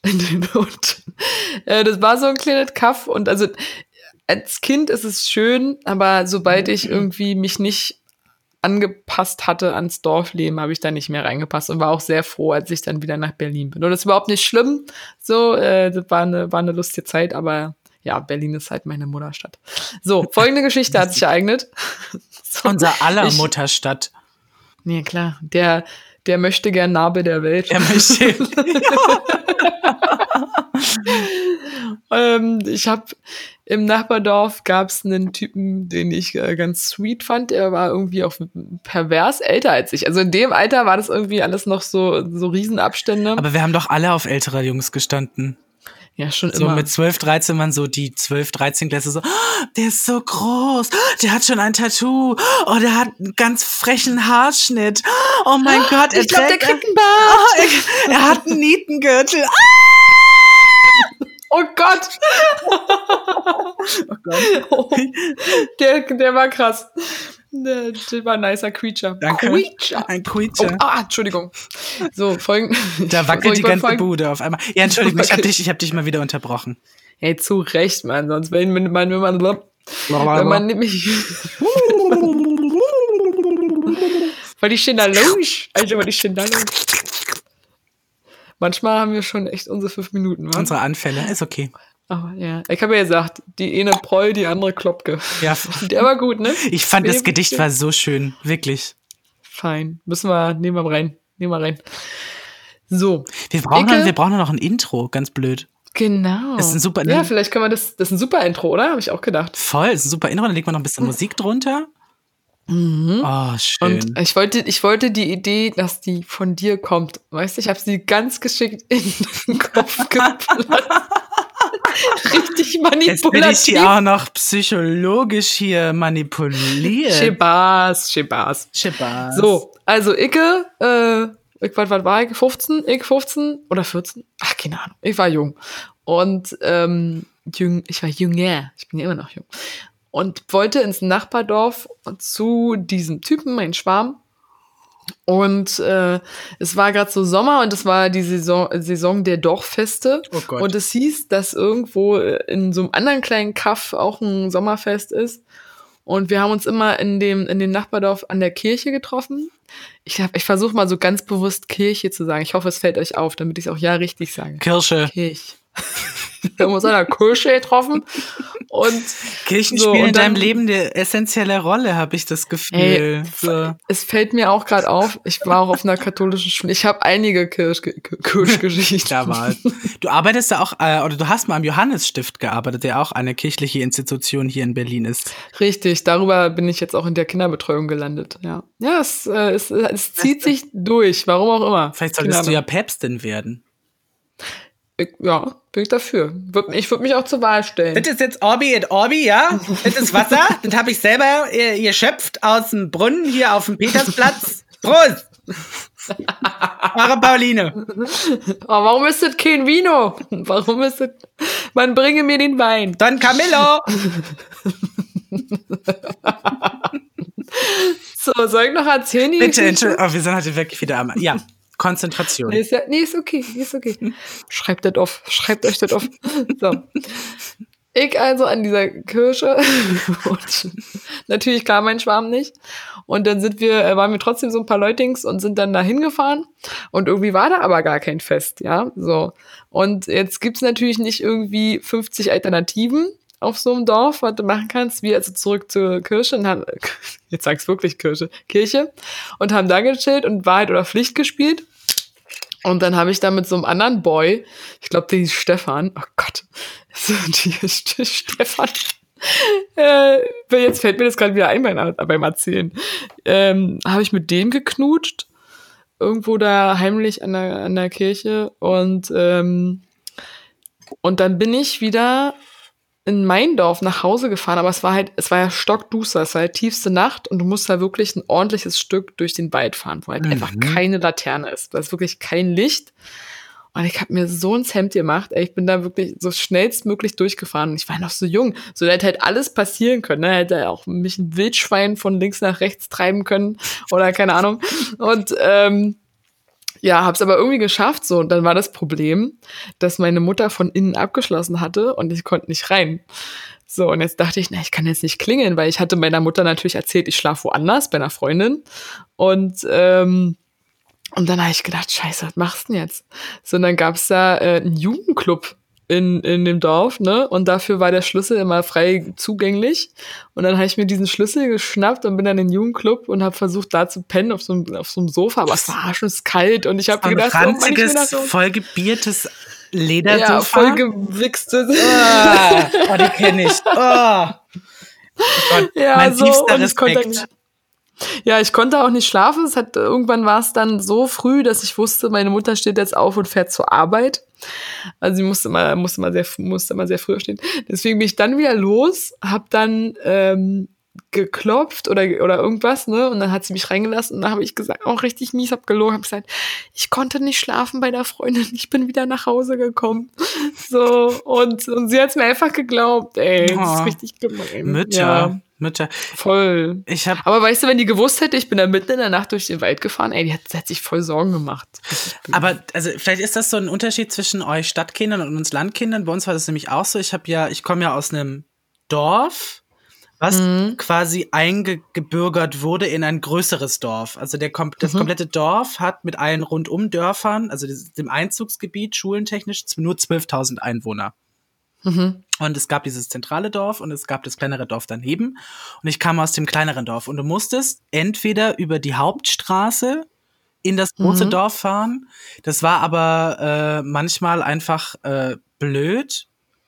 Und äh, das war so ein kleines Kaff. Und also als Kind ist es schön, aber sobald ich irgendwie mich nicht angepasst hatte ans Dorfleben, habe ich da nicht mehr reingepasst und war auch sehr froh, als ich dann wieder nach Berlin bin. Und das ist überhaupt nicht schlimm. So, äh, das war eine, war eine lustige Zeit, aber ja, Berlin ist halt meine Mutterstadt. So, folgende Geschichte hat sich ereignet. So, Unser aller ich, Mutterstadt. Nee, klar. Der, der möchte gern Narbe der Welt. Der möchte. ähm, ich habe im Nachbardorf gab es einen Typen, den ich äh, ganz sweet fand. Er war irgendwie auch pervers älter als ich. Also in dem Alter war das irgendwie alles noch so, so Riesenabstände. Aber wir haben doch alle auf ältere Jungs gestanden. Ja, schon so immer. So mit zwölf, dreizehn waren so die zwölf, dreizehn Klässe so, oh, der ist so groß, der hat schon ein Tattoo, oh, der hat einen ganz frechen Haarschnitt, oh mein oh, Gott, er ich glaube, der kriegt einen Bart. Oh, er, er hat einen Nietengürtel. Oh Gott. Oh Gott. Oh, der, der war krass. Der, der war ein nicer Creature. Danke. Creature. Ein Creature. Oh, ah, Entschuldigung. So, folgen. Da wackelt die ganze folgen. Bude auf einmal. Ja, Entschuldigung, ich hab dich, ich hab dich mal wieder unterbrochen. Hey, zu Recht, Mann. Sonst, wenn, wenn man, wenn man, wenn man nämlich. Weil die stehen da los. Also, weil die stehen da los. Manchmal haben wir schon echt unsere fünf Minuten, wa? Unsere Anfälle, ist okay. Aber ja, ich habe ja gesagt, die eine Proll, die andere Klopke. Ja. Der war gut, ne? Ich fand, das Gedicht war so schön, wirklich. Fein. Müssen wir, nehmen wir rein. Nehmen wir rein. So. Wir brauchen, noch, wir brauchen noch ein Intro, ganz blöd. Genau. Das ist ein super, ja, vielleicht können wir das, das ist ein super Intro, oder? Habe ich auch gedacht. Voll, das ist ein super Intro, dann legt man noch ein bisschen Musik drunter. Mhm. Oh, schön. Und ich wollte, ich wollte die Idee, dass die von dir kommt. Weißt du, ich habe sie ganz geschickt in den Kopf geplatzt. Richtig manipulativ. Jetzt bin ich hier auch noch psychologisch hier manipuliert. Spaß, Spaß. Spaß. So, also Icke, äh, ich, was, was war ich? fünfzehn? Ich fünfzehn oder vierzehn? Ach, keine Ahnung. Ich war jung. Und ähm, jung, ich war jünger. Ich bin ja immer noch jung. Und wollte ins Nachbardorf zu diesem Typen, mein Schwarm. Und äh, es war gerade so Sommer und es war die Saison, Saison der Dorffeste. Oh Gott. Und es hieß, dass irgendwo in so einem anderen kleinen Kaff auch ein Sommerfest ist. Und wir haben uns immer in dem, in dem Nachbardorf an der Kirche getroffen. Ich, hab, ich versuche mal so ganz bewusst Kirche zu sagen. Ich hoffe, es fällt euch auf, damit ich es auch ja richtig sage. Kirche. Kirche. Wir haben uns an der Kirche getroffen. Und Kirchen so, spielen und in dann, deinem Leben eine essentielle Rolle, habe ich das Gefühl. Ey, so. Es fällt mir auch gerade auf, ich war auch auf einer katholischen Schule. Ich habe einige Kirch, Kirchgeschichten. Klar mal. Du arbeitest da auch, äh, oder du hast mal am Johannesstift gearbeitet, der auch eine kirchliche Institution hier in Berlin ist. Richtig, darüber bin ich jetzt auch in der Kinderbetreuung gelandet. Ja, ja es, äh, es, es zieht sich durch, warum auch immer. Vielleicht solltest du ja Päpstin werden. Ich, ja, bin ich dafür. Ich würde mich auch zur Wahl stellen. Das ist jetzt Orbi et Orbi, ja? Das ist Wasser. Das habe ich selber äh, geschöpft aus dem Brunnen hier auf dem Petersplatz. Prost! Eure Pauline. Oh, warum ist das kein Vino? Warum ist das? Man bringe mir den Wein. Don Camillo. So, soll ich noch erzählen? Bitte, Entschuldigung. Oh, wir sind heute wirklich wieder am... Ja. Konzentration. Nee, ist, ja, nee, ist okay, ist okay. Schreibt das auf, schreibt euch das auf. So. Ich also an dieser Kirche und natürlich kam mein Schwarm nicht. Und dann sind wir, waren wir trotzdem so ein paar Leutings und sind dann da hingefahren. Und irgendwie war da aber gar kein Fest, ja, so. Und jetzt gibt's natürlich nicht irgendwie fünfzig Alternativen auf so einem Dorf, was du machen kannst. Wir also zurück zur Kirche und haben, jetzt sag's wirklich Kirche, Kirche, und haben da gechillt und Wahrheit oder Pflicht gespielt. Und dann habe ich da mit so einem anderen Boy, ich glaube, der hieß Stefan, oh Gott, die ist Stefan, äh, jetzt fällt mir das gerade wieder ein beim, beim Erzählen, ähm, habe ich mit dem geknutscht, irgendwo da heimlich an der, an der Kirche und, ähm, und dann bin ich wieder in mein Dorf nach Hause gefahren, aber es war halt, es war ja stockduster, es war halt tiefste Nacht und du musst da wirklich ein ordentliches Stück durch den Wald fahren, wo halt mhm. einfach keine Laterne ist. Da ist wirklich kein Licht. Und ich habe mir so ins Hemd gemacht, ey, ich bin da wirklich so schnellstmöglich durchgefahren. Und ich war noch so jung, so da hätte halt alles passieren können. Ne? Hätte auch mich ein Wildschwein von links nach rechts treiben können oder keine Ahnung. Und ähm, Ja, hab's aber irgendwie geschafft so. Und dann war das Problem, dass meine Mutter von innen abgeschlossen hatte und ich konnte nicht rein. So, und jetzt dachte ich, na, ich kann jetzt nicht klingeln, weil ich hatte meiner Mutter natürlich erzählt, ich schlafe woanders bei einer Freundin. Und, ähm, und dann habe ich gedacht, scheiße, was machst du denn jetzt? So, und dann gab's da äh, einen Jugendclub in, in dem Dorf, ne? Und dafür war der Schlüssel immer frei zugänglich. Und dann habe ich mir diesen Schlüssel geschnappt und bin dann in den Jugendclub und habe versucht, da zu pennen auf so, einem, auf so einem Sofa. Aber es war schon kalt und ich habe gedacht, ein oh Mann, ich will ranziges, nach Hause. vollgebiertes Ledersofa. Ja, vollgewichstes. Ah, oh, die kenne ich. Oh. Oh Gott, Ja, mein so, tiefster und ich konnte Respekt. nicht. Ja, ich konnte auch nicht schlafen. Es hat, irgendwann war es dann so früh, dass ich wusste, meine Mutter steht jetzt auf und fährt zur Arbeit. Also sie musste mal, musste mal sehr, musste mal sehr früh stehen. Deswegen bin ich dann wieder los, hab dann ähm, geklopft oder oder irgendwas, ne? Und dann hat sie mich reingelassen und dann habe ich gesagt, auch richtig mies, hab gelogen, hab gesagt, ich konnte nicht schlafen bei der Freundin, ich bin wieder nach Hause gekommen. So, und, und sie hat's mir einfach geglaubt, ey, das Oh, ist richtig gemein. Mütter, Ja, Mütter. voll. Ich hab, Aber weißt du, wenn die gewusst hätte, ich bin da mitten in der Nacht durch den Wald gefahren, ey, die hat, die hat sich voll Sorgen gemacht. aber also vielleicht ist das so ein Unterschied zwischen euch Stadtkindern und uns Landkindern. Bei uns war das nämlich auch so. Ich habe ja, ich komme ja aus einem Dorf, was Mhm. quasi eingebürgert wurde in ein größeres Dorf. Also der kom das Mhm. komplette Dorf hat mit allen Rundum-Dörfern, also des- dem Einzugsgebiet, schulentechnisch, z- nur zwölftausend Einwohner. Mhm. Und es gab dieses zentrale Dorf und es gab das kleinere Dorf daneben. Und ich kam aus dem kleineren Dorf. Und du musstest entweder über die Hauptstraße in das große Mhm. Dorf fahren. Das war aber äh, manchmal einfach äh, blöd.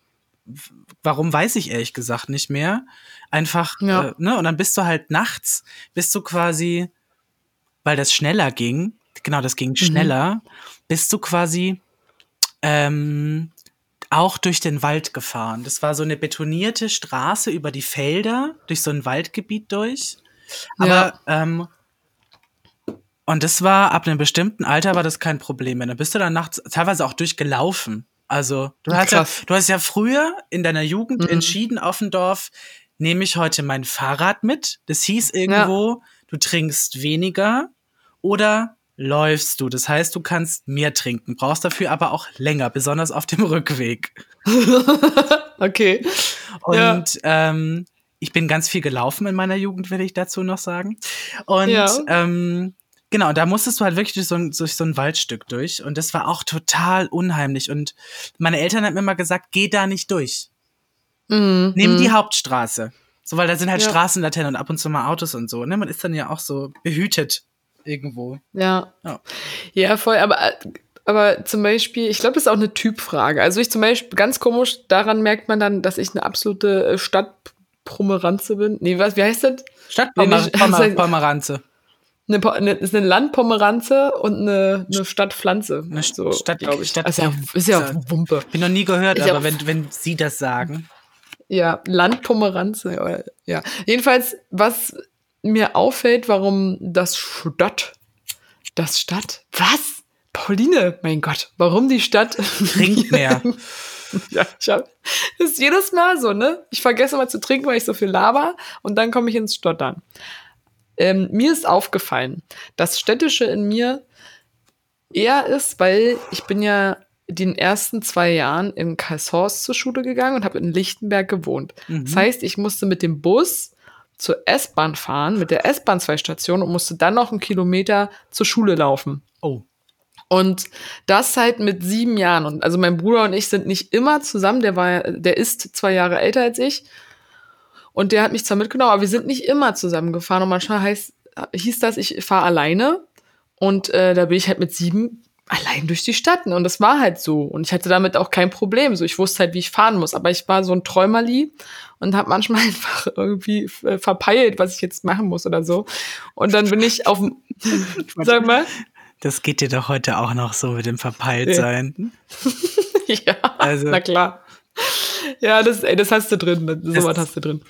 W- Warum, weiß ich ehrlich gesagt nicht mehr. Einfach, Ja. äh, ne? Und dann bist du halt nachts, bist du quasi, weil das schneller ging, genau, das ging schneller, bist du quasi ähm, auch durch den Wald gefahren. Das war so eine betonierte Straße über die Felder, durch so ein Waldgebiet durch. Aber, Ja. ähm, und das war, ab einem bestimmten Alter war das kein Problem mehr. Dann bist du dann nachts teilweise auch durchgelaufen. Also, du hast ja, Krass. du hast ja früher in deiner Jugend Mhm. entschieden auf dem Dorf, nehme ich heute mein Fahrrad mit. Das hieß irgendwo, du trinkst weniger oder läufst du. Das heißt, du kannst mehr trinken, brauchst dafür aber auch länger, besonders auf dem Rückweg. Okay. Und Ja. ähm, ich bin ganz viel gelaufen in meiner Jugend, will ich dazu noch sagen. Und Ja. ähm, genau, da musstest du halt wirklich durch so, ein, durch so ein Waldstück durch. Und das war auch total unheimlich. Und meine Eltern haben mir immer gesagt, geh da nicht durch. Mhm. Nimm die Hauptstraße. So, weil da sind halt Ja. Straßenlaternen und ab und zu mal Autos und so. Ne? Man ist dann ja auch so behütet irgendwo. Ja. Ja. Ja, voll. Aber, aber zum Beispiel, ich glaube, das ist auch eine Typfrage. Also ich zum Beispiel, ganz komisch, daran merkt man dann, dass ich eine absolute äh, Stadtpomeranze bin. Nee, was, wie heißt das? Nee, nicht- Stadtpomeranze. Eine, Po- eine, ist eine Landpomeranze und eine, eine Stadtpflanze. Eine so, Stadt- glaube ich. Stadt- Also, ja, ist ja Wumpe. Bin noch nie gehört, Ist ja aber auch- wenn, wenn Sie das sagen. Ja, Landpomeranze. oder- Ja. Jedenfalls, was mir auffällt, warum das Stadt, das Stadt, was? Pauline, mein Gott, warum die Stadt Trinkt mehr. Ja, ich hab, das ist jedes Mal so, ne? Ich vergesse mal zu trinken, weil ich so viel laber und dann komme ich ins Stottern. Ähm, mir ist aufgefallen, das Städtische in mir eher ist, weil ich bin ja den ersten zwei Jahren in Karlshorst zur Schule gegangen und habe in Lichtenberg gewohnt. Mhm. Das heißt, ich musste mit dem Bus zur S-Bahn fahren, mit der S-Bahn zwei Stationen und musste dann noch einen Kilometer zur Schule laufen. Oh. Und das halt mit sieben Jahren. Und also mein Bruder und ich sind nicht immer zusammen. Der war, der ist zwei Jahre älter als ich. Und der hat mich zwar mitgenommen, aber wir sind nicht immer zusammengefahren. Und manchmal heißt, hieß das, ich fahre alleine. Und äh, da bin ich halt mit sieben allein durch die Stadt. Und das war halt so. Und ich hatte damit auch kein Problem. So, ich wusste halt, wie ich fahren muss. Aber ich war so ein Träumerli und habe manchmal einfach irgendwie äh, verpeilt, was ich jetzt machen muss oder so. Und dann bin ich auf dem, sag mal. Das geht dir doch heute auch noch so mit dem Verpeiltsein. Ja, Also- na klar. Ja, das, ey, das hast du drin. So Das- was hast du drin.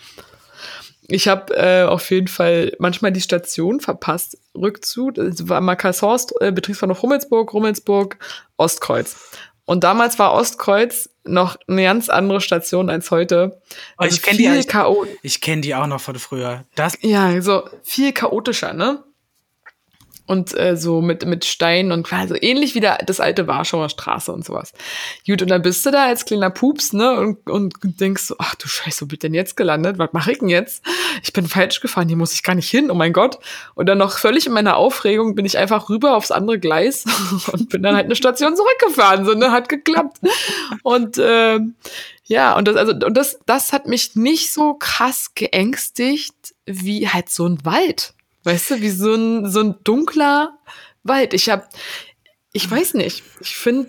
Ich habe äh, auf jeden Fall manchmal die Station verpasst. Rückzug, es war mal Karlshorst, äh, Betriebsbahnhof Rummelsburg, Rummelsburg, Ostkreuz. Und damals war Ostkreuz noch eine ganz andere Station als heute. Oh, ich Also kenn die viel eigentlich- Chao- Ich kenne die auch noch von früher. Das, Ja, so viel chaotischer, ne? Und äh, so mit, mit Steinen und quasi so ähnlich wie der, das alte Warschauer Straße und sowas. Gut, und dann bist du da als kleiner Pups, ne, und, und denkst so, ach du Scheiße, wo bin ich denn jetzt gelandet? Was mache ich denn jetzt? Ich bin falsch gefahren, hier muss ich gar nicht hin, oh mein Gott. Und dann noch völlig in meiner Aufregung bin ich einfach rüber aufs andere Gleis und bin dann halt eine Station zurückgefahren, so, ne, hat geklappt. Und ähm, ja, und das, also, und das, das hat mich nicht so krass geängstigt wie halt so ein Wald. Weißt du, wie so ein, so ein dunkler Wald. Ich hab, ich weiß nicht, ich finde,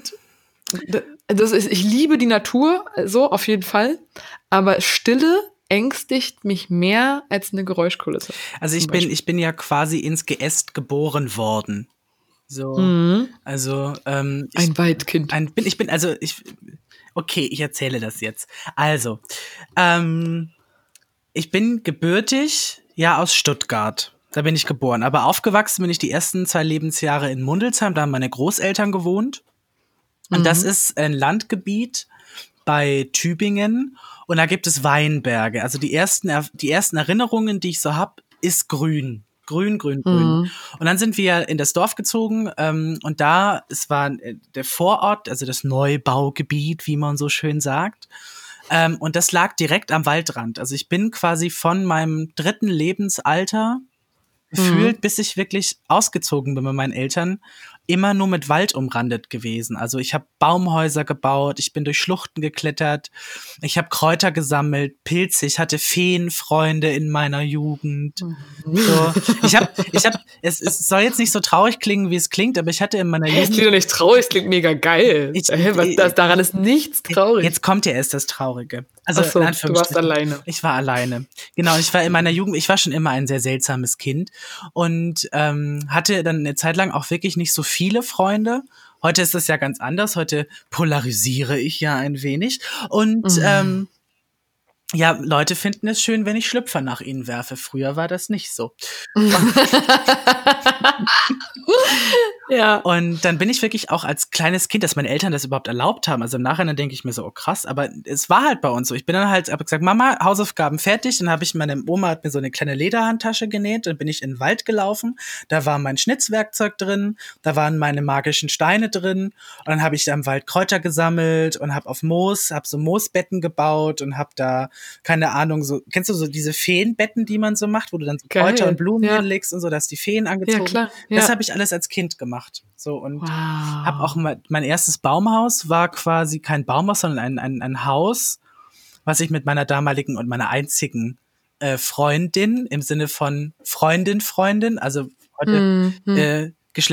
das ist, ich liebe die Natur, so auf jeden Fall, aber Stille ängstigt mich mehr als eine Geräuschkulisse. Also ich bin, ich bin ja quasi ins Geäst geboren worden. So, mhm. also ähm, ich, ein Waldkind. Ein, bin, ich bin, also ich, okay, ich erzähle das jetzt. Also, ähm, ich bin gebürtig, ja, aus Stuttgart. Da bin ich geboren. Aber aufgewachsen bin ich die ersten zwei Lebensjahre in Mundelsheim. Da haben meine Großeltern gewohnt. Und mhm. das ist ein Landgebiet bei Tübingen. Und da gibt es Weinberge. Also die ersten, die ersten Erinnerungen, die ich so habe, ist grün. Grün, grün, grün. Mhm. Und dann sind wir in das Dorf gezogen. Ähm, und da, es war der Vorort, also das Neubaugebiet, wie man so schön sagt. Ähm, und das lag direkt am Waldrand. Also ich bin quasi von meinem dritten Lebensalter gefühlt, mhm. bis ich wirklich ausgezogen bin bei meinen Eltern, immer nur mit Wald umrandet gewesen. Also ich habe Baumhäuser gebaut, ich bin durch Schluchten geklettert, ich habe Kräuter gesammelt, Pilze, ich hatte Feenfreunde in meiner Jugend. Mhm. So, ich habe, ich habe, es, es soll jetzt nicht so traurig klingen, wie es klingt, aber ich hatte in meiner hey, Jugend... Es klingt doch nicht traurig, es klingt mega geil. Ich, Was, das, daran ist nichts traurig. Jetzt kommt ja erst das Traurige. Also Ach so, du warst alleine. Ich war alleine. Genau, ich war in meiner Jugend, ich war schon immer ein sehr seltsames Kind und ähm, hatte dann eine Zeit lang auch wirklich nicht so viele Freunde. Heute ist das ja ganz anders. Heute polarisiere ich ja ein wenig. Und mhm. ähm, ja, Leute finden es schön, wenn ich Schlüpfer nach ihnen werfe. Früher war das nicht so. Ja. Und dann bin ich wirklich auch als kleines Kind, dass meine Eltern das überhaupt erlaubt haben. Also im Nachhinein denke ich mir so, oh krass, aber es war halt bei uns so. Ich bin dann halt, habe gesagt, Mama, Hausaufgaben fertig. Dann habe ich, meine Oma hat mir so eine kleine Lederhandtasche genäht. Dann bin ich in den Wald gelaufen. Da war mein Schnitzwerkzeug drin. Da waren meine magischen Steine drin. Und dann habe ich da im Wald Kräuter gesammelt und habe auf Moos, habe so Moosbetten gebaut und habe da, keine Ahnung, so, kennst du so diese Feenbetten, die man so macht, wo du dann so Geil. Kräuter und Blumen ja. hinlegst und so, dass die Feen angezogen. Ja, klar. Ja. Das habe ich alles als Kind gemacht. So, und wow. habe auch mal, mein erstes Baumhaus war quasi kein Baumhaus, sondern ein, ein, ein Haus, was ich mit meiner damaligen und meiner einzigen äh, Freundin im Sinne von Freundin, Freundin, also heute mhm. äh,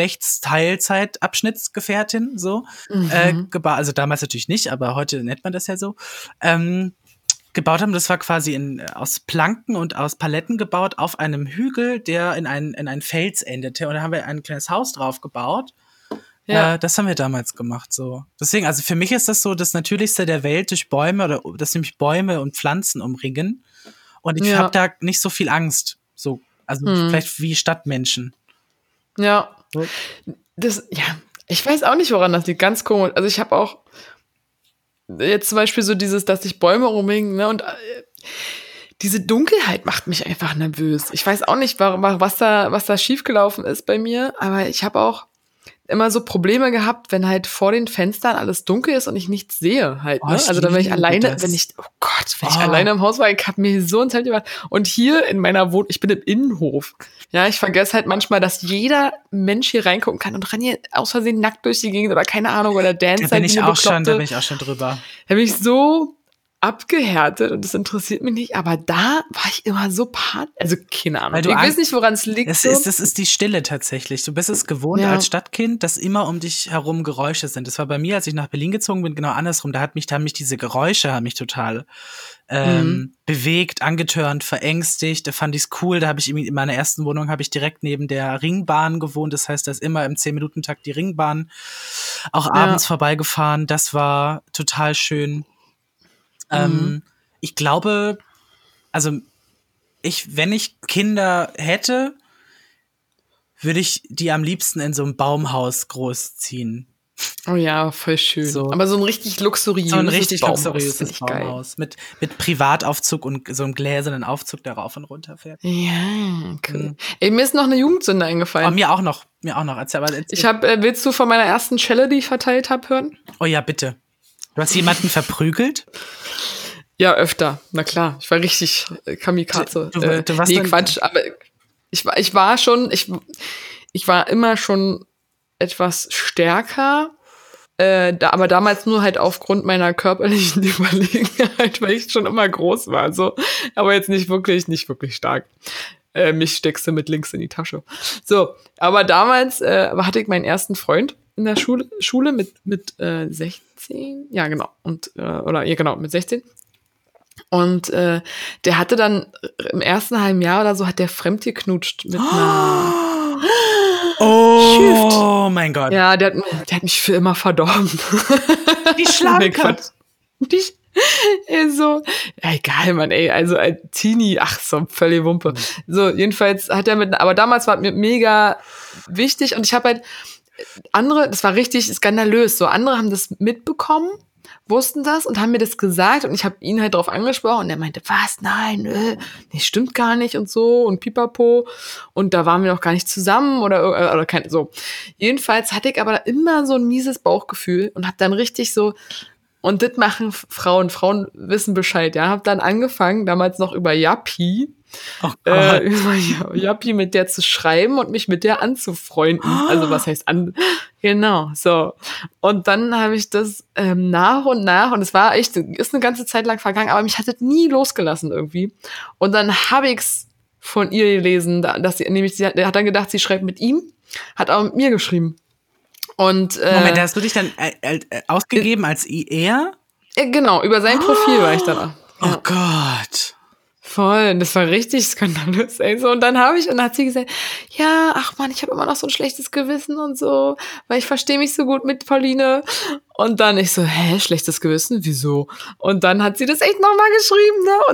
Geschlechtsteilzeitabschnittsgefährtin, so, mhm. äh, gebaut, also damals natürlich nicht, aber heute nennt man das ja so, ähm, gebaut haben. Das war quasi in, aus Planken und aus Paletten gebaut auf einem Hügel, der in ein, in ein Fels endete. Und da haben wir ein kleines Haus drauf gebaut. Ja. Äh, das haben wir damals gemacht, so. Deswegen, also für mich ist das so das Natürlichste der Welt durch Bäume oder dass nämlich Bäume und Pflanzen umringen. Und ich ja. habe da nicht so viel Angst. So, also hm. vielleicht wie Stadtmenschen. Ja. Das, ja, ich weiß auch nicht, woran das liegt. Ganz komisch. Also ich habe auch jetzt zum Beispiel so dieses, dass sich Bäume umringen, ne, und äh, diese Dunkelheit macht mich einfach nervös. Ich weiß auch nicht, was da, was da schiefgelaufen ist bei mir, aber ich habe auch immer so Probleme gehabt, wenn halt vor den Fenstern alles dunkel ist und ich nichts sehe halt, ne? Oh, also dann, wenn ich alleine, das. wenn ich, oh Gott, wenn oh. ich alleine im Haus war, ich hab mir so ein Zelt gemacht. Und hier in meiner Wohnung, ich bin im Innenhof. Ja, ich vergesse halt manchmal, dass jeder Mensch hier reingucken kann und renn hier aus Versehen nackt durch die Gegend oder keine Ahnung, oder Dance. Da bin ich auch schon, da bin ich auch schon drüber. Da bin ich so abgehärtet und das interessiert mich nicht, aber da war ich immer so part, also keine Ahnung. Weil du ich Angst, weiß nicht, woran es liegt. Es so. ist, das ist die Stille tatsächlich. Du bist es gewohnt ja. als Stadtkind, dass immer um dich herum Geräusche sind. Das war bei mir, als ich nach Berlin gezogen bin, genau andersrum. Da hat mich, da haben mich diese Geräusche haben mich total ähm, mhm. bewegt, angetörnt, verängstigt. Da fand ich es cool. Da habe ich in meiner ersten Wohnung habe ich direkt neben der Ringbahn gewohnt. Das heißt, da ist immer im zehn-Minuten-Takt die Ringbahn auch ja. abends vorbeigefahren. Das war total schön. Mhm. Ähm, ich glaube, also ich, wenn ich Kinder hätte, würde ich die am liebsten in so einem Baumhaus großziehen. Oh ja, voll schön. So. Aber so ein richtig luxuriöses So ein richtig Baumhaus, luxuriöses finde ich geil. Baumhaus. Mit, mit Privataufzug und so einem gläsernen Aufzug, der rauf und runter fährt. Ja, okay. Mhm. Ey, mir ist noch eine Jugendsünde Oh, eingefallen. mir auch noch. Mir auch noch. Erzähl, aber erzähl. Ich hab, äh, willst du von meiner ersten Schelle, die ich verteilt habe, hören? Oh ja, bitte. Du hast jemanden verprügelt? Ja, öfter. Na klar, ich war richtig äh, Kamikaze. Du- du- äh, du warst nee, dann- Quatsch, aber ich war, ich war schon, ich, ich war immer schon etwas stärker, äh, da, aber damals nur halt aufgrund meiner körperlichen Überlegenheit, weil ich schon immer groß war, so. Aber jetzt nicht wirklich, nicht wirklich stark. Äh, mich steckst du mit links in die Tasche. So, aber damals äh, hatte ich meinen ersten Freund in der Schule, Schule mit, mit äh, sechzehn. Ja, genau. Und, äh, oder, ja, genau, mit sechzehn. Und äh, der hatte dann im ersten halben Jahr oder so, hat der fremdgeknutscht mit einer. Oh mein Gott. Ja, der hat, der hat mich für immer verdorben. Die Schlange. Nee, Quatsch. Die, ey, so, ja, egal, Mann, ey, also ein Teenie, ach, so völlig Wumpe. So, jedenfalls hat er mit, aber damals war mir mega wichtig und ich habe halt andere, das war richtig skandalös, so andere haben das mitbekommen, wussten das und haben mir das gesagt und ich habe ihn halt drauf angesprochen und er meinte, was, nein, äh, nee, stimmt gar nicht und so und pipapo und da waren wir noch gar nicht zusammen oder, oder, oder kein, so. Jedenfalls hatte ich aber immer so ein mieses Bauchgefühl und habe dann richtig so, und das machen Frauen, Frauen wissen Bescheid, ja, hab dann angefangen, damals noch über Yappi, Oh äh, Gott. über Yappi mit der zu schreiben und mich mit der anzufreunden. Also was heißt an? Genau, so. Und dann habe ich das ähm, nach und nach, und es war echt, ist eine ganze Zeit lang vergangen, aber mich hat das nie losgelassen irgendwie. Und dann habe ich's von ihr gelesen, dass sie, nämlich, sie hat, der hat dann gedacht, sie schreibt mit ihm, hat aber mit mir geschrieben. Und, äh, Moment, hast du dich dann äh, äh, ausgegeben als er? äh, genau, über sein Profil war ich dann. Oh Gott. Voll, das war richtig skandalös, ey, so. Und dann habe ich, und dann hat sie gesagt, ja, ach man, ich habe immer noch so ein schlechtes Gewissen und so, weil ich verstehe mich so gut mit Pauline. Und dann ich so, hä, schlechtes Gewissen? Wieso? Und dann hat sie das echt nochmal geschrieben, ne?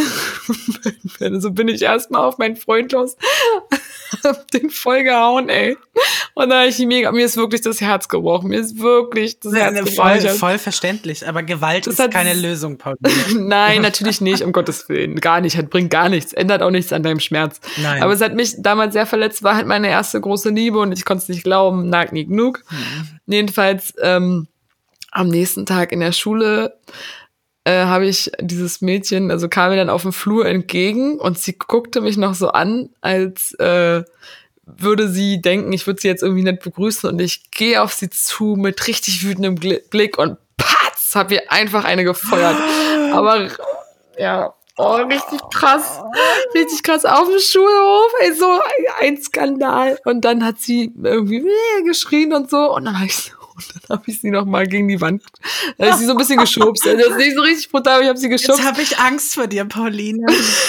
Und dann so bin ich erstmal auf meinen Freund los, hab den voll gehauen, ey. Und dann habe ich mega, mir ist wirklich das Herz gebrochen, mir ist wirklich das Herz gebrochen. Voll, Ich hab- voll verständlich, aber Gewalt Das ist hat- keine Lösung, Pauline. Nein, natürlich nicht, um Gottes Willen. Gar nicht, hat, bringt gar nichts, ändert auch nichts an deinem Schmerz. Nein. Aber es hat mich damals sehr verletzt, war halt meine erste große Liebe und ich konnte es nicht glauben, nag nie genug. Mhm. Jedenfalls ähm, am nächsten Tag in der Schule äh, habe ich dieses Mädchen, also kam mir dann auf dem Flur entgegen und sie guckte mich noch so an, als äh, würde sie denken, ich würde sie jetzt irgendwie nicht begrüßen und ich gehe auf sie zu mit richtig wütendem Gl- Blick und patz, hab ihr einfach eine gefeuert. Aber ja, oh, richtig krass. Richtig krass auf dem Schulhof, ey, so ein Skandal. Und dann hat sie irgendwie äh, geschrien und so und dann habe ich, und dann hab ich sie noch mal gegen die Wand, da hab ich sie so ein bisschen geschubst. Also das ist nicht so richtig brutal, aber ich habe sie geschubst. Jetzt habe ich Angst vor dir, Pauline.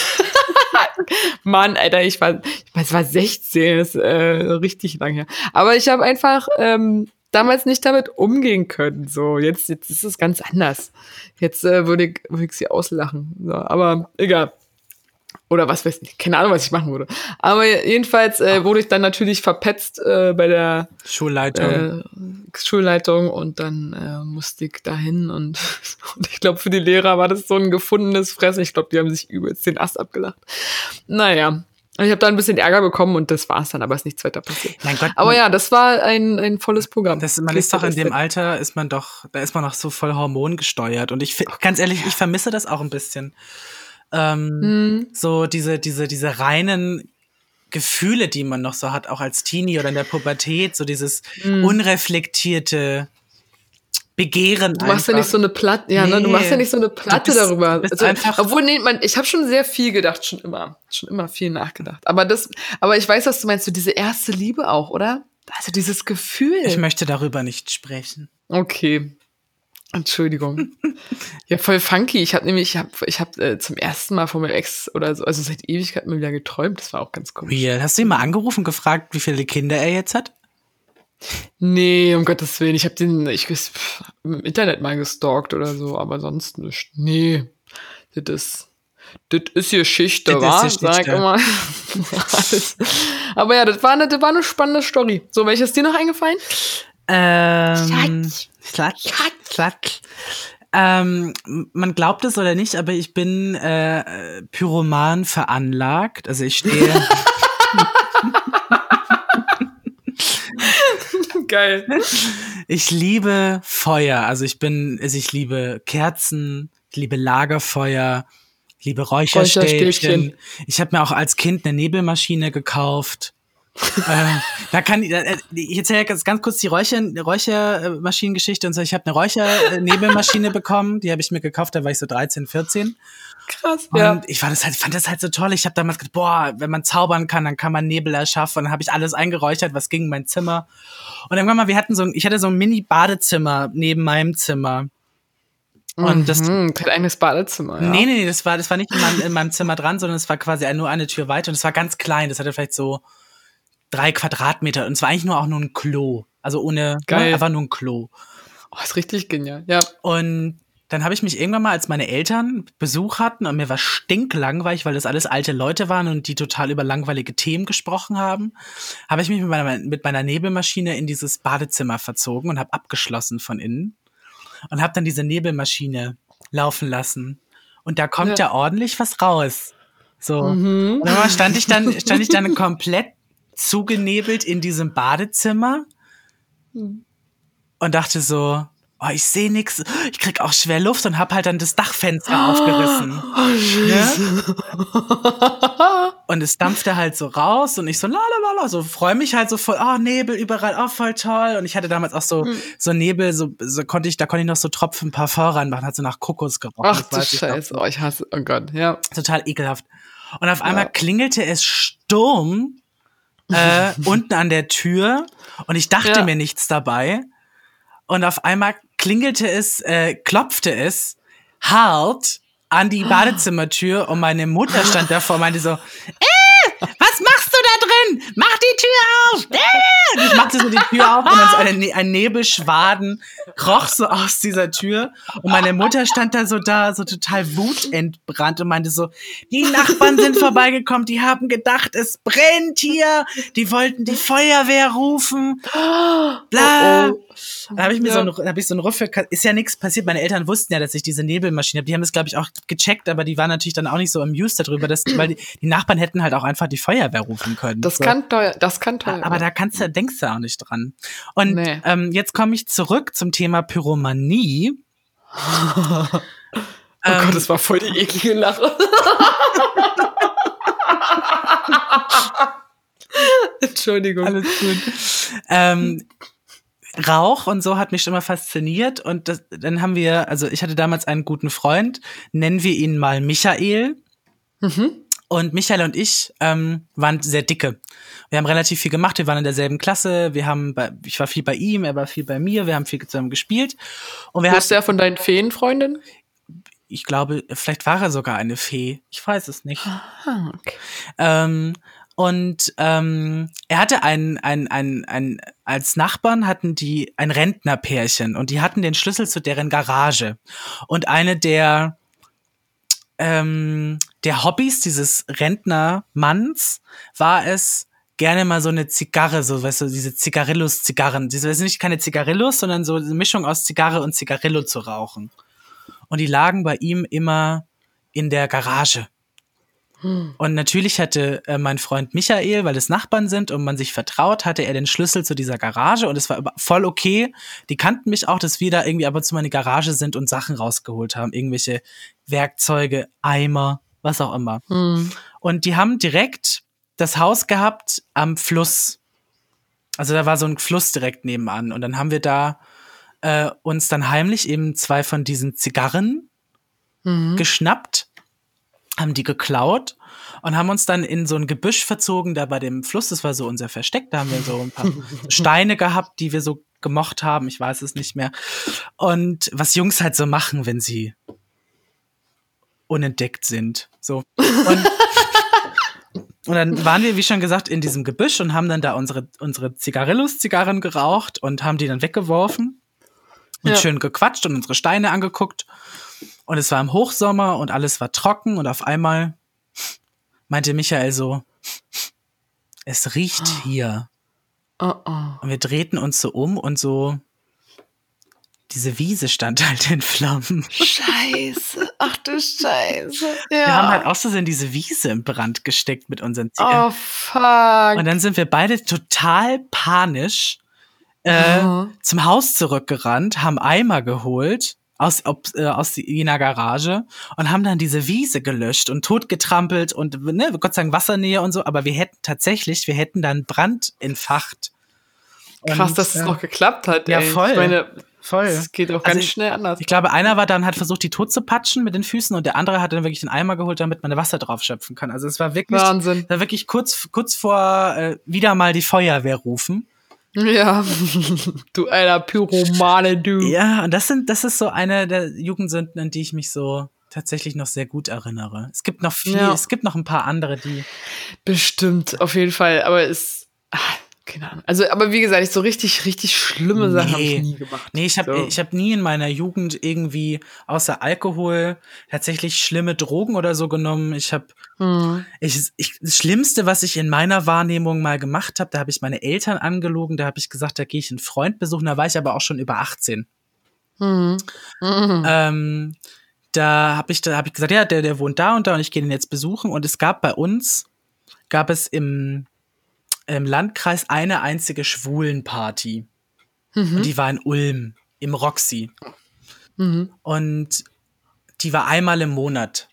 Mann, Alter, ich war, ich meine, es war sechzehn, das ist äh, richtig lang her. Aber ich habe einfach ähm, damals nicht damit umgehen können. So, jetzt, jetzt ist es ganz anders. Jetzt äh, würde ich, würde ich sie auslachen. So, aber egal. Oder was weiß ich, keine Ahnung, was ich machen würde. Aber jedenfalls äh, wurde ich dann natürlich verpetzt äh, bei der Schulleitung. äh, Schulleitung und dann äh, musste ich dahin und, und ich glaube, für die Lehrer war das so ein gefundenes Fressen. Ich glaube, die haben sich übelst den Ast abgelacht. Naja, ich habe da ein bisschen Ärger bekommen und das war's dann, aber es ist nichts weiter passiert. Mein Gott, Aber man- ja, das war ein, ein volles Programm. Das, man ist doch in dem Alter, ist man doch, da ist man noch so voll hormongesteuert. Und ich, fi- ganz ehrlich, ich vermisse das auch ein bisschen. Ähm, Hm. So diese, diese, diese reinen Gefühle, die man noch so hat, auch als Teenie oder in der Pubertät, so dieses Hm. unreflektierte Begehren. Du machst ja nicht so eine Platte, ja, ne? Du Nee. machst ja nicht so eine Platte bist- darüber. du bist Also, einfach- obwohl, nee, man, ich habe schon sehr viel gedacht, schon immer. Schon immer viel nachgedacht. Aber das, aber ich weiß, was du meinst, so diese erste Liebe auch, oder? Also dieses Gefühl. Ich möchte darüber nicht sprechen. Okay. Entschuldigung. Ja, voll funky. Ich habe nämlich, ich habe ich hab, äh, zum ersten Mal von meinem Ex oder so, also seit Ewigkeit mal wieder geträumt. Das war auch ganz komisch. Real. Hast du ihn mal angerufen und gefragt, wie viele Kinder er jetzt hat? Nee, um Gottes Willen. Ich habe den ich, pff, im Internet mal gestalkt oder so, aber sonst nicht. Nee, das ist, das ist Geschichte, Das wa? ist Geschichte. Sag immer. Alles. Aber ja, das war, eine, das war eine spannende Story. So, welches ist dir noch eingefallen? Ähm, Schatz. Schatz. Schatz. Schatz. Ähm, man glaubt es oder nicht, aber ich bin äh, Pyroman veranlagt. Also ich stehe. Geil. Ich liebe Feuer. Also ich bin, also ich liebe Kerzen, ich liebe Lagerfeuer, ich liebe Räucherstäbchen. Räucherstäbchen. Ich habe mir auch als Kind eine Nebelmaschine gekauft. äh, da kann ich, äh, ich erzähle jetzt ganz kurz die Räucher, Räuchermaschinengeschichte und so. Ich habe eine Räuchernebelmaschine bekommen, die habe ich mir gekauft, da war ich so dreizehn, vierzehn. Krass, Und ja. ich fand das halt, fand das halt so toll. Ich habe damals gedacht, boah, wenn man zaubern kann, dann kann man Nebel erschaffen. Und dann habe ich alles eingeräuchert, was ging in mein Zimmer. Und irgendwann mal, wir hatten so ein, ich hatte so ein Mini-Badezimmer neben meinem Zimmer. Und mhm, das, kein eigenes Badezimmer, ja. nee, nee, nee, das war, das war nicht in meinem, in meinem Zimmer dran, sondern es war quasi nur eine Tür weiter. Und es war ganz klein. Das hatte vielleicht so drei Quadratmeter. Und es war eigentlich nur auch nur ein Klo. Also ohne, Geil. Nur, einfach nur ein Klo. Oh, ist richtig genial, ja. Und dann habe ich mich irgendwann mal, als meine Eltern Besuch hatten und mir war stinklangweilig, weil das alles alte Leute waren und die total über langweilige Themen gesprochen haben, habe ich mich mit meiner, mit meiner Nebelmaschine in dieses Badezimmer verzogen und habe abgeschlossen von innen und habe dann diese Nebelmaschine laufen lassen. Und da kommt ja, ja ordentlich was raus. So. Mhm. Und dann stand ich dann, stand ich dann komplett zugenebelt in diesem Badezimmer mhm. und dachte so, oh, ich sehe nix, ich krieg auch schwer Luft und hab halt dann das Dachfenster oh, aufgerissen. Oh, ja? Und es dampfte halt so raus und ich so lalalala, so freue mich halt so voll, oh, Nebel überall, oh, voll toll. Und ich hatte damals auch so, hm. so Nebel, so, so konnte ich, da konnte ich noch so Tropfen Parfum reinmachen, hat so nach Kokos gerochen. Ach du Scheiße, oh, ich hasse, oh Gott, ja. Total ekelhaft. Und auf einmal ja. klingelte es Sturm äh, unten an der Tür und ich dachte ja. mir nichts dabei. Und auf einmal klingelte es, äh, klopfte es hart an die Badezimmertür und meine Mutter stand davor und meinte so, äh, was machst du da drin? Mach die Tür auf! Äh! Und ich machte so die Tür auf und dann so ein, ein Nebelschwaden kroch so aus dieser Tür und meine Mutter stand da so da, so total wutentbrannt und meinte so, die Nachbarn sind vorbeigekommen, die haben gedacht, es brennt hier, die wollten die Feuerwehr rufen, bla. Oh, oh. Dann habe ich mir ja. so ein, hab ich so ein Rüffel, ist ja nichts passiert. Meine Eltern wussten ja, dass ich diese Nebelmaschine habe. Die haben das, glaube ich, auch gecheckt, aber die waren natürlich dann auch nicht so amused darüber, dass, weil die, die Nachbarn hätten halt auch einfach die Feuerwehr rufen können. Das so. kann teuer, das kann teuer. Aber da kannst du, denkst du auch nicht dran. Und nee. ähm, jetzt komme ich zurück zum Thema Pyromanie. oh ähm, Gott, das war voll die eklige Lache. Entschuldigung. Alles gut. ähm, Rauch und so hat mich schon immer fasziniert und das, dann haben wir, also ich hatte damals einen guten Freund, nennen wir ihn mal Michael. Mhm. Und Michael und ich ähm, waren sehr dicke. Wir haben relativ viel gemacht, wir waren in derselben Klasse, wir haben, bei, ich war viel bei ihm, er war viel bei mir, wir haben viel zusammen gespielt. Und wir Wusste er von deinen Feenfreundinnen? Ich glaube, vielleicht war er sogar eine Fee. Ich weiß es nicht. Aha, okay. Ähm, Und ähm, er hatte einen, einen, einen, einen, als Nachbarn hatten die ein Rentnerpärchen und die hatten den Schlüssel zu deren Garage. Und eine der, ähm, der Hobbys dieses Rentnermanns war es, gerne mal so eine Zigarre, so, weißt du, diese Zigarillos-Zigarren. Das sind nicht keine Zigarillos, sondern so eine Mischung aus Zigarre und Zigarillo zu rauchen. Und die lagen bei ihm immer in der Garage. Und natürlich hatte äh, mein Freund Michael, weil es Nachbarn sind und man sich vertraut, hatte er den Schlüssel zu dieser Garage und es war voll okay. Die kannten mich auch, dass wir da irgendwie ab und zu mal in die Garage sind und Sachen rausgeholt haben. Irgendwelche Werkzeuge, Eimer, was auch immer. Hm. Und die haben direkt das Haus gehabt am Fluss. Also da war so ein Fluss direkt nebenan. Und dann haben wir da äh, uns dann heimlich eben zwei von diesen Zigarren mhm. geschnappt, haben die geklaut und haben uns dann in so ein Gebüsch verzogen, da bei dem Fluss, das war so unser Versteck, da haben wir so ein paar Steine gehabt, die wir so gemocht haben, ich weiß es nicht mehr. Und was Jungs halt so machen, wenn sie unentdeckt sind. So. Und, und dann waren wir, wie schon gesagt, in diesem Gebüsch und haben dann da unsere, unsere Zigarillos-Zigarren geraucht und haben die dann weggeworfen und ja. schön gequatscht und unsere Steine angeguckt. Und es war im Hochsommer und alles war trocken und auf einmal meinte Michael so, es riecht hier. Oh, oh. Und wir drehten uns so um und so, diese Wiese stand halt in Flammen. Scheiße. Ach du Scheiße. Ja. Wir haben halt auch so in diese Wiese in Brand gesteckt mit unseren Ziegen. Oh, fuck. Und dann sind wir beide total panisch äh, oh. zum Haus zurückgerannt, haben Eimer geholt aus, ob, äh, aus jener Garage und haben dann diese Wiese gelöscht und totgetrampelt und ne, Gott sei Dank Wassernähe und so. Aber wir hätten tatsächlich, wir hätten dann Brand entfacht. Krass, und, dass es äh, noch geklappt hat. Ja, ey. voll. Ich meine, voll. Es geht auch Also ganz ich, schnell anders. Ich glaube, einer war dann, hat versucht, die tot zu patschen mit den Füßen und der andere hat dann wirklich den Eimer geholt, damit man Wasser drauf schöpfen kann. Also es war wirklich, Wahnsinn. war wirklich kurz, kurz vor äh, wieder mal die Feuerwehr rufen. Ja, du alter Pyromane, du. Ja, und das sind, das ist so eine der Jugendsünden, an die ich mich so tatsächlich noch sehr gut erinnere. Es gibt noch viel, Ja. es gibt noch ein paar andere, die. Bestimmt, auf jeden Fall. Aber es, ach, keine Ahnung. Also, aber wie gesagt, ich so richtig, richtig schlimme Sachen habe ich nie gemacht. Nee, ich habe so. ich hab nie in meiner Jugend irgendwie außer Alkohol tatsächlich schlimme Drogen oder so genommen. Ich habe Hm. ich, ich das Schlimmste, was ich in meiner Wahrnehmung mal gemacht habe, da habe ich meine Eltern angelogen, da habe ich gesagt, da gehe ich einen Freund besuchen, da war ich aber auch schon über achtzehn. Mhm. Mhm. Ähm, da habe ich, da habe ich gesagt, ja, der, der wohnt da und da und ich gehe den jetzt besuchen. Und es gab bei uns, gab es im, im Landkreis eine einzige Schwulenparty. Mhm. Und die war in Ulm, im Roxy. Mhm. Und die war einmal im Monat.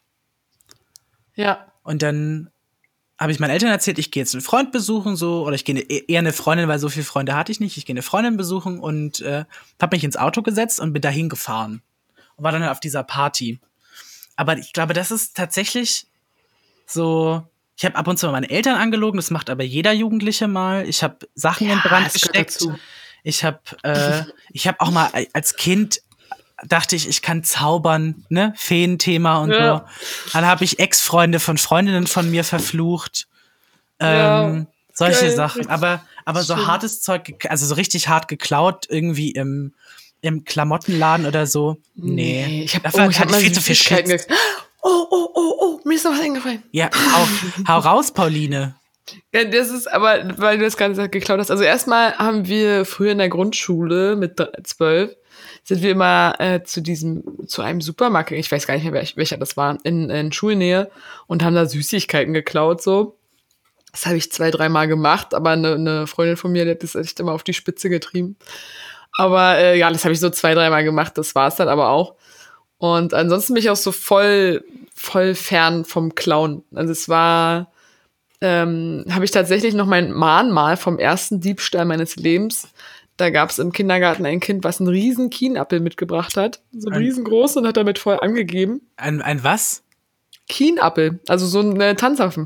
Ja. Und dann habe ich meinen Eltern erzählt, ich gehe jetzt einen Freund besuchen, so, oder ich gehe eher eine Freundin, weil so viele Freunde hatte ich nicht. Ich gehe eine Freundin besuchen und äh, habe mich ins Auto gesetzt und bin dahin gefahren. Und war dann halt auf dieser Party. Aber ich glaube, das ist tatsächlich so, ich habe ab und zu mal meine Eltern angelogen, das macht aber jeder Jugendliche mal. Ich habe Sachen Ja, in Brand es gehört gesteckt. dazu. Ich habe äh, ich habe auch mal als Kind dachte ich, ich kann zaubern, ne, Feenthema und Ja. so. Dann habe ich Ex-Freunde von Freundinnen von mir verflucht. Ähm, Ja, solche geil, Sachen. richtig Aber, aber so schlimm. hartes Zeug, ge- also so richtig hart geklaut, irgendwie im, im Klamottenladen oder so. Nee. ich habe Dafür oh, ich hab hatte mal ich viel zu viel Süßigkeiten Schiss. ge- Oh, oh, oh, oh, mir ist noch was eingefallen. Ja, hau, hau raus, Pauline. Ja, das ist aber, weil du das Ganze geklaut hast. Also erstmal haben wir früher in der Grundschule mit zwölf sind wir immer äh, zu diesem, zu einem Supermarkt, ich weiß gar nicht mehr, welch, welcher das war, in, in Schulnähe und haben da Süßigkeiten geklaut, so. Das habe ich zwei, dreimal gemacht, aber eine, eine Freundin von mir, die hat das echt immer auf die Spitze getrieben. Aber äh, ja, das habe ich so zwei, dreimal gemacht, das war es dann aber auch. Und ansonsten bin ich auch so voll, voll fern vom Klauen. Also es war, ähm, habe ich tatsächlich noch mein Mahnmal vom ersten Diebstahl meines Lebens. Da gab es im Kindergarten ein Kind, was einen riesen Kienappel mitgebracht hat. So Ein- riesengroß und hat damit voll angegeben. Ein, ein was? Kienappel, also so ein äh, Tanzapfen.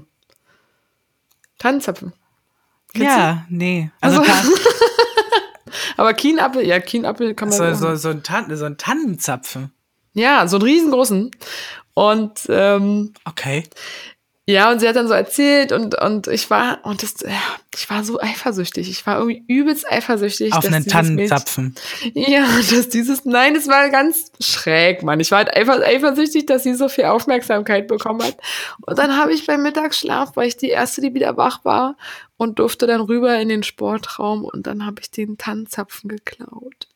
Tanzapfen. Kennst Ja, nee. Also, Also- Tan- Aber Kienappel, ja, Kienappel kann man so, sagen. so, so, ein Tan so ein Tannenzapfen. Ja, so einen riesengroßen. Und ähm, Okay. ja, und sie hat dann so erzählt und, und ich war, und das, ja, ich war so eifersüchtig. Ich war irgendwie übelst eifersüchtig. Auf dass einen dieses Tannenzapfen. Mädchen- Ja, dass dieses, nein, das war ganz schräg, Mann. Ich war halt einfach eifersüchtig, dass sie so viel Aufmerksamkeit bekommen hat. Und dann habe ich beim Mittagsschlaf, war ich die Erste, die wieder wach war und durfte dann rüber in den Sportraum und dann habe ich den Tannenzapfen geklaut.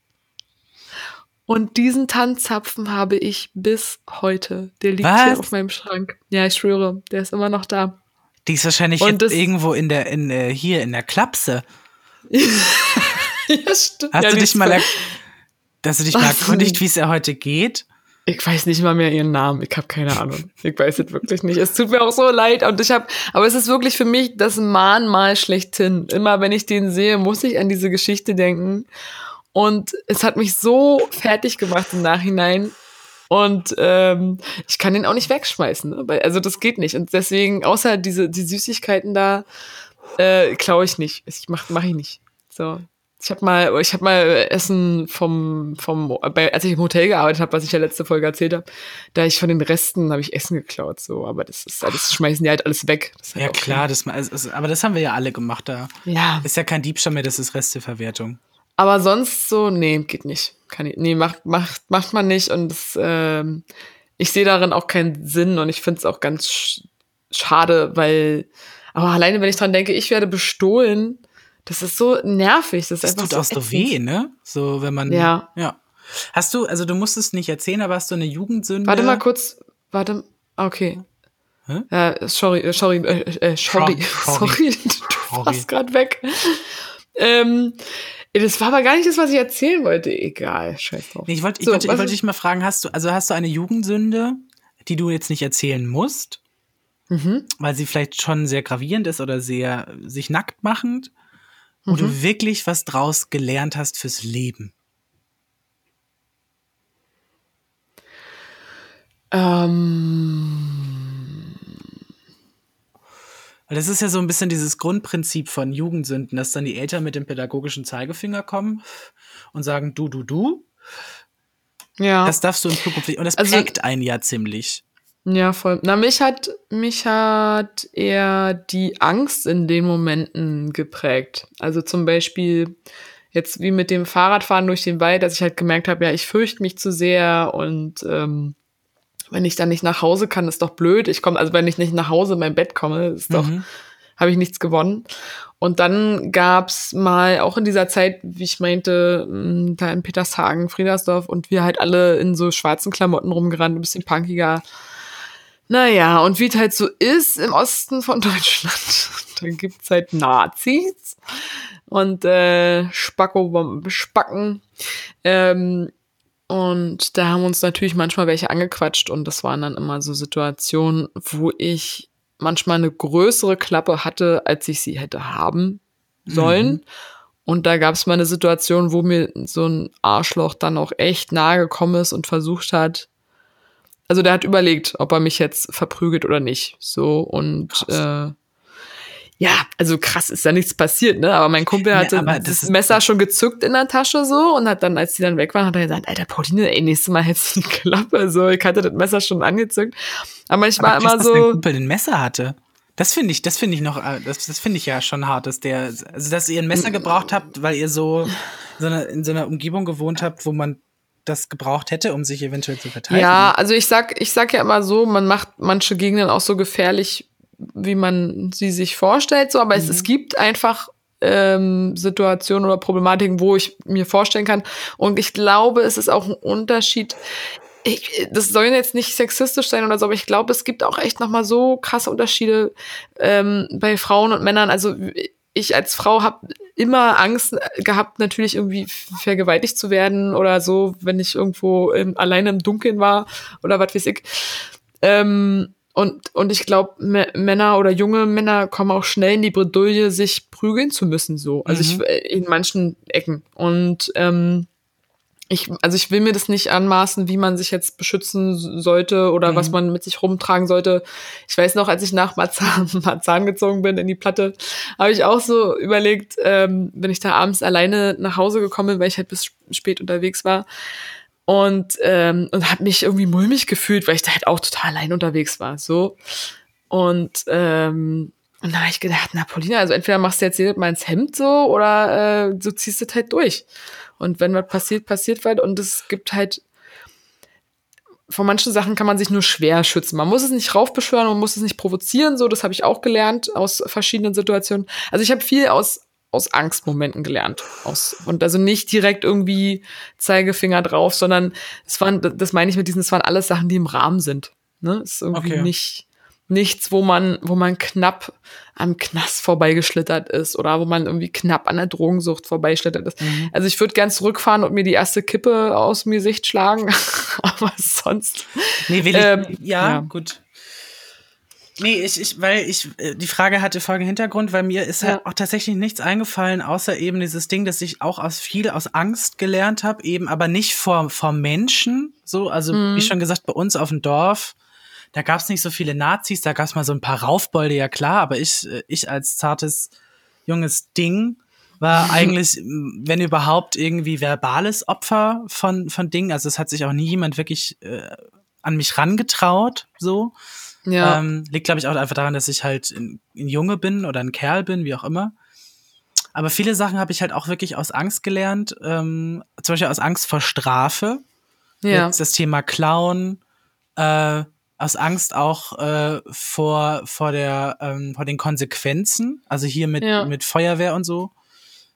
Und diesen Tannenzapfen habe ich bis heute. Der liegt Was? hier auf meinem Schrank. Ja, ich schwöre, der ist immer noch da. Die ist wahrscheinlich Und jetzt das- irgendwo in der, in, äh, hier in der Klapse. Ja, stimmt. Hast ja, du die dich ist mal, voll- er hast du dich mal Ach so. erkundigt, wie es ihr heute geht? Ich weiß nicht mal mehr ihren Namen. Ich habe keine Ahnung. Ich weiß es wirklich nicht. Es tut mir auch so leid. Und ich habe, aber es ist wirklich für mich das Mahnmal schlechthin. Immer wenn ich den sehe, muss ich an diese Geschichte denken. Und es hat mich so fertig gemacht im Nachhinein. Und ähm, ich kann den auch nicht wegschmeißen. Ne? Weil, also das geht nicht. Und deswegen, außer diese die Süßigkeiten da, äh, klaue ich nicht. Ich mach, mach ich nicht. So. Ich habe mal, ich habe mal Essen vom, vom, bei, als ich im Hotel gearbeitet habe, was ich ja letzte Folge erzählt habe, da ich von den Resten habe ich Essen geklaut, so, aber das ist, das schmeißen die halt alles weg. Das ist halt Ja, auch klar, das, also, also, aber das haben wir ja alle gemacht. Da kein- Ja, ist ja kein Diebstahl mehr, das ist Resteverwertung. aber sonst so, nee, geht nicht. Kann ich, nee, macht, macht, macht man nicht und das, ähm, ich sehe darin auch keinen Sinn und ich finde es auch ganz sch schade, weil, aber alleine, wenn ich dran denke, ich werde bestohlen, Das ist so nervig. Das, ist Das einfach tut so auch so ätzend. weh, ne? So, wenn man. Ja. Ja. Hast du, also du musst es nicht erzählen, aber hast du eine Jugendsünde? Warte mal kurz. Warte. Okay. Hä? Äh, sorry, äh, sorry, äh, äh, sorry, Sorry. sorry, du Sorry. warst gerade weg. Ähm, das war aber gar nicht das, was ich erzählen wollte. Egal, scheiß drauf. Nee, ich wollte ich So, wollte, ich was wollte ist- dich mal fragen, hast du, also hast du eine Jugendsünde, die du jetzt nicht erzählen musst, Mhm. weil sie vielleicht schon sehr gravierend ist oder sehr sich nackt machend, wo Mhm. du wirklich was draus gelernt hast fürs Leben? Ähm, Weil das ist ja so ein bisschen dieses Grundprinzip von Jugendsünden, dass dann die Eltern mit dem pädagogischen Zeigefinger kommen und sagen, du, du, du, ja. das darfst du in Zukunft nicht. Und das Also- prägt einen ja ziemlich. Ja, voll. Na, mich hat, mich hat eher die Angst in den Momenten geprägt. Also zum Beispiel jetzt wie mit dem Fahrradfahren durch den Wald, dass ich halt gemerkt habe, ja, ich fürchte mich zu sehr und ähm, wenn ich dann nicht nach Hause kann, ist doch blöd. Ich komme, also wenn ich nicht nach Hause in mein Bett komme, ist doch, Mhm. habe ich nichts gewonnen. Und dann gab's mal auch in dieser Zeit, wie ich meinte, mh, da in Petershagen, Friedersdorf und wir halt alle in so schwarzen Klamotten rumgerannt, ein bisschen punkiger. Naja, und wie es halt so ist im Osten von Deutschland, da gibt's halt Nazis und äh, Spacko, Spacken. Ähm, und da haben uns natürlich manchmal welche angequatscht und das waren dann immer so Situationen, wo ich manchmal eine größere Klappe hatte, als ich sie hätte haben sollen. Mhm. Und da gab es mal eine Situation, wo mir so ein Arschloch dann auch echt nahe gekommen ist und versucht hat, also der hat überlegt, ob er mich jetzt verprügelt oder nicht. So und äh, ja, also krass, ist ja nichts passiert, ne? Aber mein Kumpel Ja, hatte aber das das ist- Messer schon gezückt in der Tasche so und hat dann, als die dann weg waren, hat er gesagt, Alter Pauline, ey, nächstes Mal hältst du die Klappe. So, ich hatte das Messer schon angezückt. Aber ich war Aber krass, immer dass dein so. Kumpel ein Messer hatte. Das finde ich, das finde ich noch, äh, das, das finde ich ja schon hart, dass der, also dass ihr ein Messer gebraucht habt, weil ihr so, so eine, in so einer Umgebung gewohnt habt, wo man das gebraucht hätte, um sich eventuell zu verteidigen. Ja, also ich sag, ich sag ja immer so, man macht manche Gegenden auch so gefährlich, wie man sie sich vorstellt, so, aber es, es gibt einfach ähm, Situationen oder Problematiken, wo ich mir vorstellen kann. Und ich glaube, es ist auch ein Unterschied. Ich, das soll jetzt nicht sexistisch sein oder so, aber ich glaube, es gibt auch echt nochmal so krasse Unterschiede ähm, bei Frauen und Männern. Also ich als Frau habe immer Angst gehabt, natürlich irgendwie vergewaltigt zu werden oder so, wenn ich irgendwo ähm, alleine im Dunkeln war oder was weiß ich. Ähm, und, und ich glaube, Männer oder junge Männer kommen auch schnell in die Bredouille, sich prügeln zu müssen, so. Also Mhm. ich in manchen Ecken. Und ähm, ich, also ich will mir das nicht anmaßen, wie man sich jetzt beschützen sollte oder Mhm. was man mit sich rumtragen sollte. Ich weiß noch, als ich nach Marzahn, Marzahn gezogen bin in die Platte, habe ich auch so überlegt, ähm, wenn ich da abends alleine nach Hause gekommen bin, weil ich halt bis spät unterwegs war und ähm, und habe mich irgendwie mulmig gefühlt, weil ich da halt auch total allein unterwegs war, so. Und ähm, und da habe ich gedacht, na Paulina, also entweder machst du jetzt jedes Mal ins Hemd so oder äh, du ziehst es halt durch. Und wenn was passiert, passiert was. Und es gibt halt, vor manchen Sachen kann man sich nur schwer schützen. Man muss es nicht raufbeschwören, man muss es nicht provozieren. So, das habe ich auch gelernt aus verschiedenen Situationen. Also ich habe viel aus, aus Angstmomenten gelernt. Aus, und also nicht direkt irgendwie Zeigefinger drauf, sondern es waren, das meine ich mit diesen, es waren alles Sachen, die im Rahmen sind. Ne? Es ist irgendwie Okay. nicht nichts, wo man, wo man knapp am Knast vorbeigeschlittert ist oder wo man irgendwie knapp an der Drogensucht vorbeigeschlittert ist. Mhm. Also ich würde gern zurückfahren und mir die erste Kippe aus dem Gesicht schlagen, aber sonst. Nee, will ich, Ähm, ja, ja. gut. Nee, ich, ich, weil ich, äh, die Frage hatte folgenden Hintergrund, weil mir ist halt Ja. auch tatsächlich nichts eingefallen, außer eben dieses Ding, dass ich auch aus viel aus Angst gelernt habe, eben aber nicht vor, vor Menschen, so, also Mhm. wie schon gesagt, bei uns auf dem Dorf, da gab es nicht so viele Nazis, da gab es mal so ein paar Raufbolde, ja klar, aber ich, äh, ich als zartes, junges Ding war eigentlich, m, wenn überhaupt, irgendwie verbales Opfer von, von Dingen, also es hat sich auch nie jemand wirklich äh, an mich rangetraut, so. Ja. Ähm, liegt, glaube ich, auch einfach daran, dass ich halt ein, ein Junge bin oder ein Kerl bin, wie auch immer. Aber viele Sachen habe ich halt auch wirklich aus Angst gelernt. Ähm, zum Beispiel aus Angst vor Strafe. Ja. Jetzt das Thema Klauen. Äh, aus Angst auch äh, vor, vor, der, ähm, vor den Konsequenzen. Also hier mit, Ja. mit Feuerwehr und so.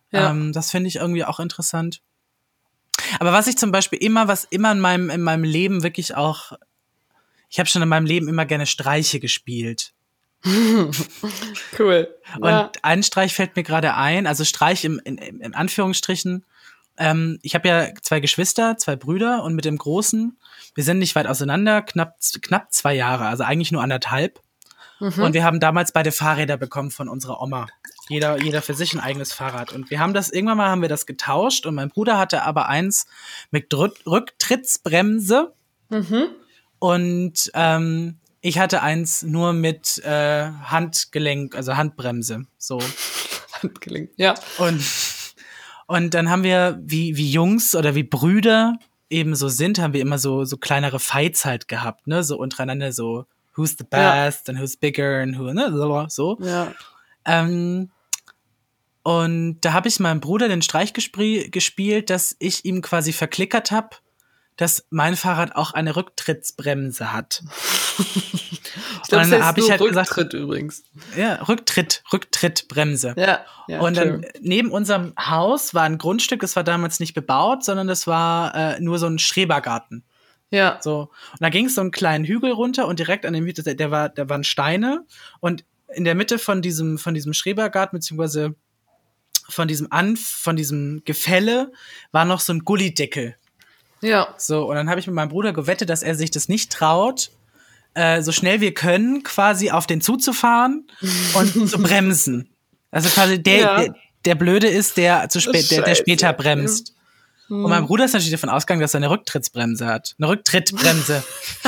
Ja. Ähm, das finde ich irgendwie auch interessant. Aber was ich zum Beispiel immer, was immer in meinem, in meinem Leben wirklich auch, ich habe schon in meinem Leben immer gerne Streiche gespielt. Cool. Und Ja. ein Streich fällt mir gerade ein, also Streich im, in, in Anführungsstrichen. Ähm, ich habe ja zwei Geschwister, zwei Brüder und mit dem Großen, wir sind nicht weit auseinander, knapp, knapp zwei Jahre, also eigentlich nur anderthalb. Mhm. Und wir haben damals beide Fahrräder bekommen von unserer Oma. Jeder, jeder für sich ein eigenes Fahrrad. Und wir haben das, irgendwann mal haben wir das getauscht und mein Bruder hatte aber eins mit Rück- Rücktrittsbremse. Mhm. Und ähm, ich hatte eins nur mit äh, Handgelenk, also Handbremse. So. Handgelenk. Ja. Und, und dann haben wir, wie, wie Jungs oder wie Brüder eben so sind, haben wir immer so, so kleinere Fights halt gehabt, ne? So untereinander so, who's the best and who's bigger and who, ne? So. Ja. Ähm, und da habe ich meinem Bruder den Streich gespr- gespielt, dass ich ihm quasi verklickert habe, dass mein Fahrrad auch eine Rücktrittsbremse hat. Ich glaube, Und das dann heißt hab ich nur halt gesagt- Rücktritt übrigens. Ja, Rücktritt, Rücktrittbremse. Ja. ja Und dann Entschuldigung. neben unserem Haus war ein Grundstück, das war damals nicht bebaut, sondern das war äh, nur so ein Schrebergarten. Ja. So. Und da ging es so einen kleinen Hügel runter und direkt an dem Hügel, der, der war, da waren Steine und in der Mitte von diesem, von diesem Schrebergarten, beziehungsweise von diesem Anf, von diesem Gefälle, war noch so ein Gullideckel. Ja. So, und dann habe ich mit meinem Bruder gewettet, dass er sich das nicht traut, äh, so schnell wir können, quasi auf den zuzufahren und zu bremsen. Also quasi der, Ja. der, der Blöde ist, der, zu spät, der, der Scheiße. später bremst. Und mein Bruder ist natürlich davon ausgegangen, dass er eine Rücktrittsbremse hat. Eine Rücktrittbremse.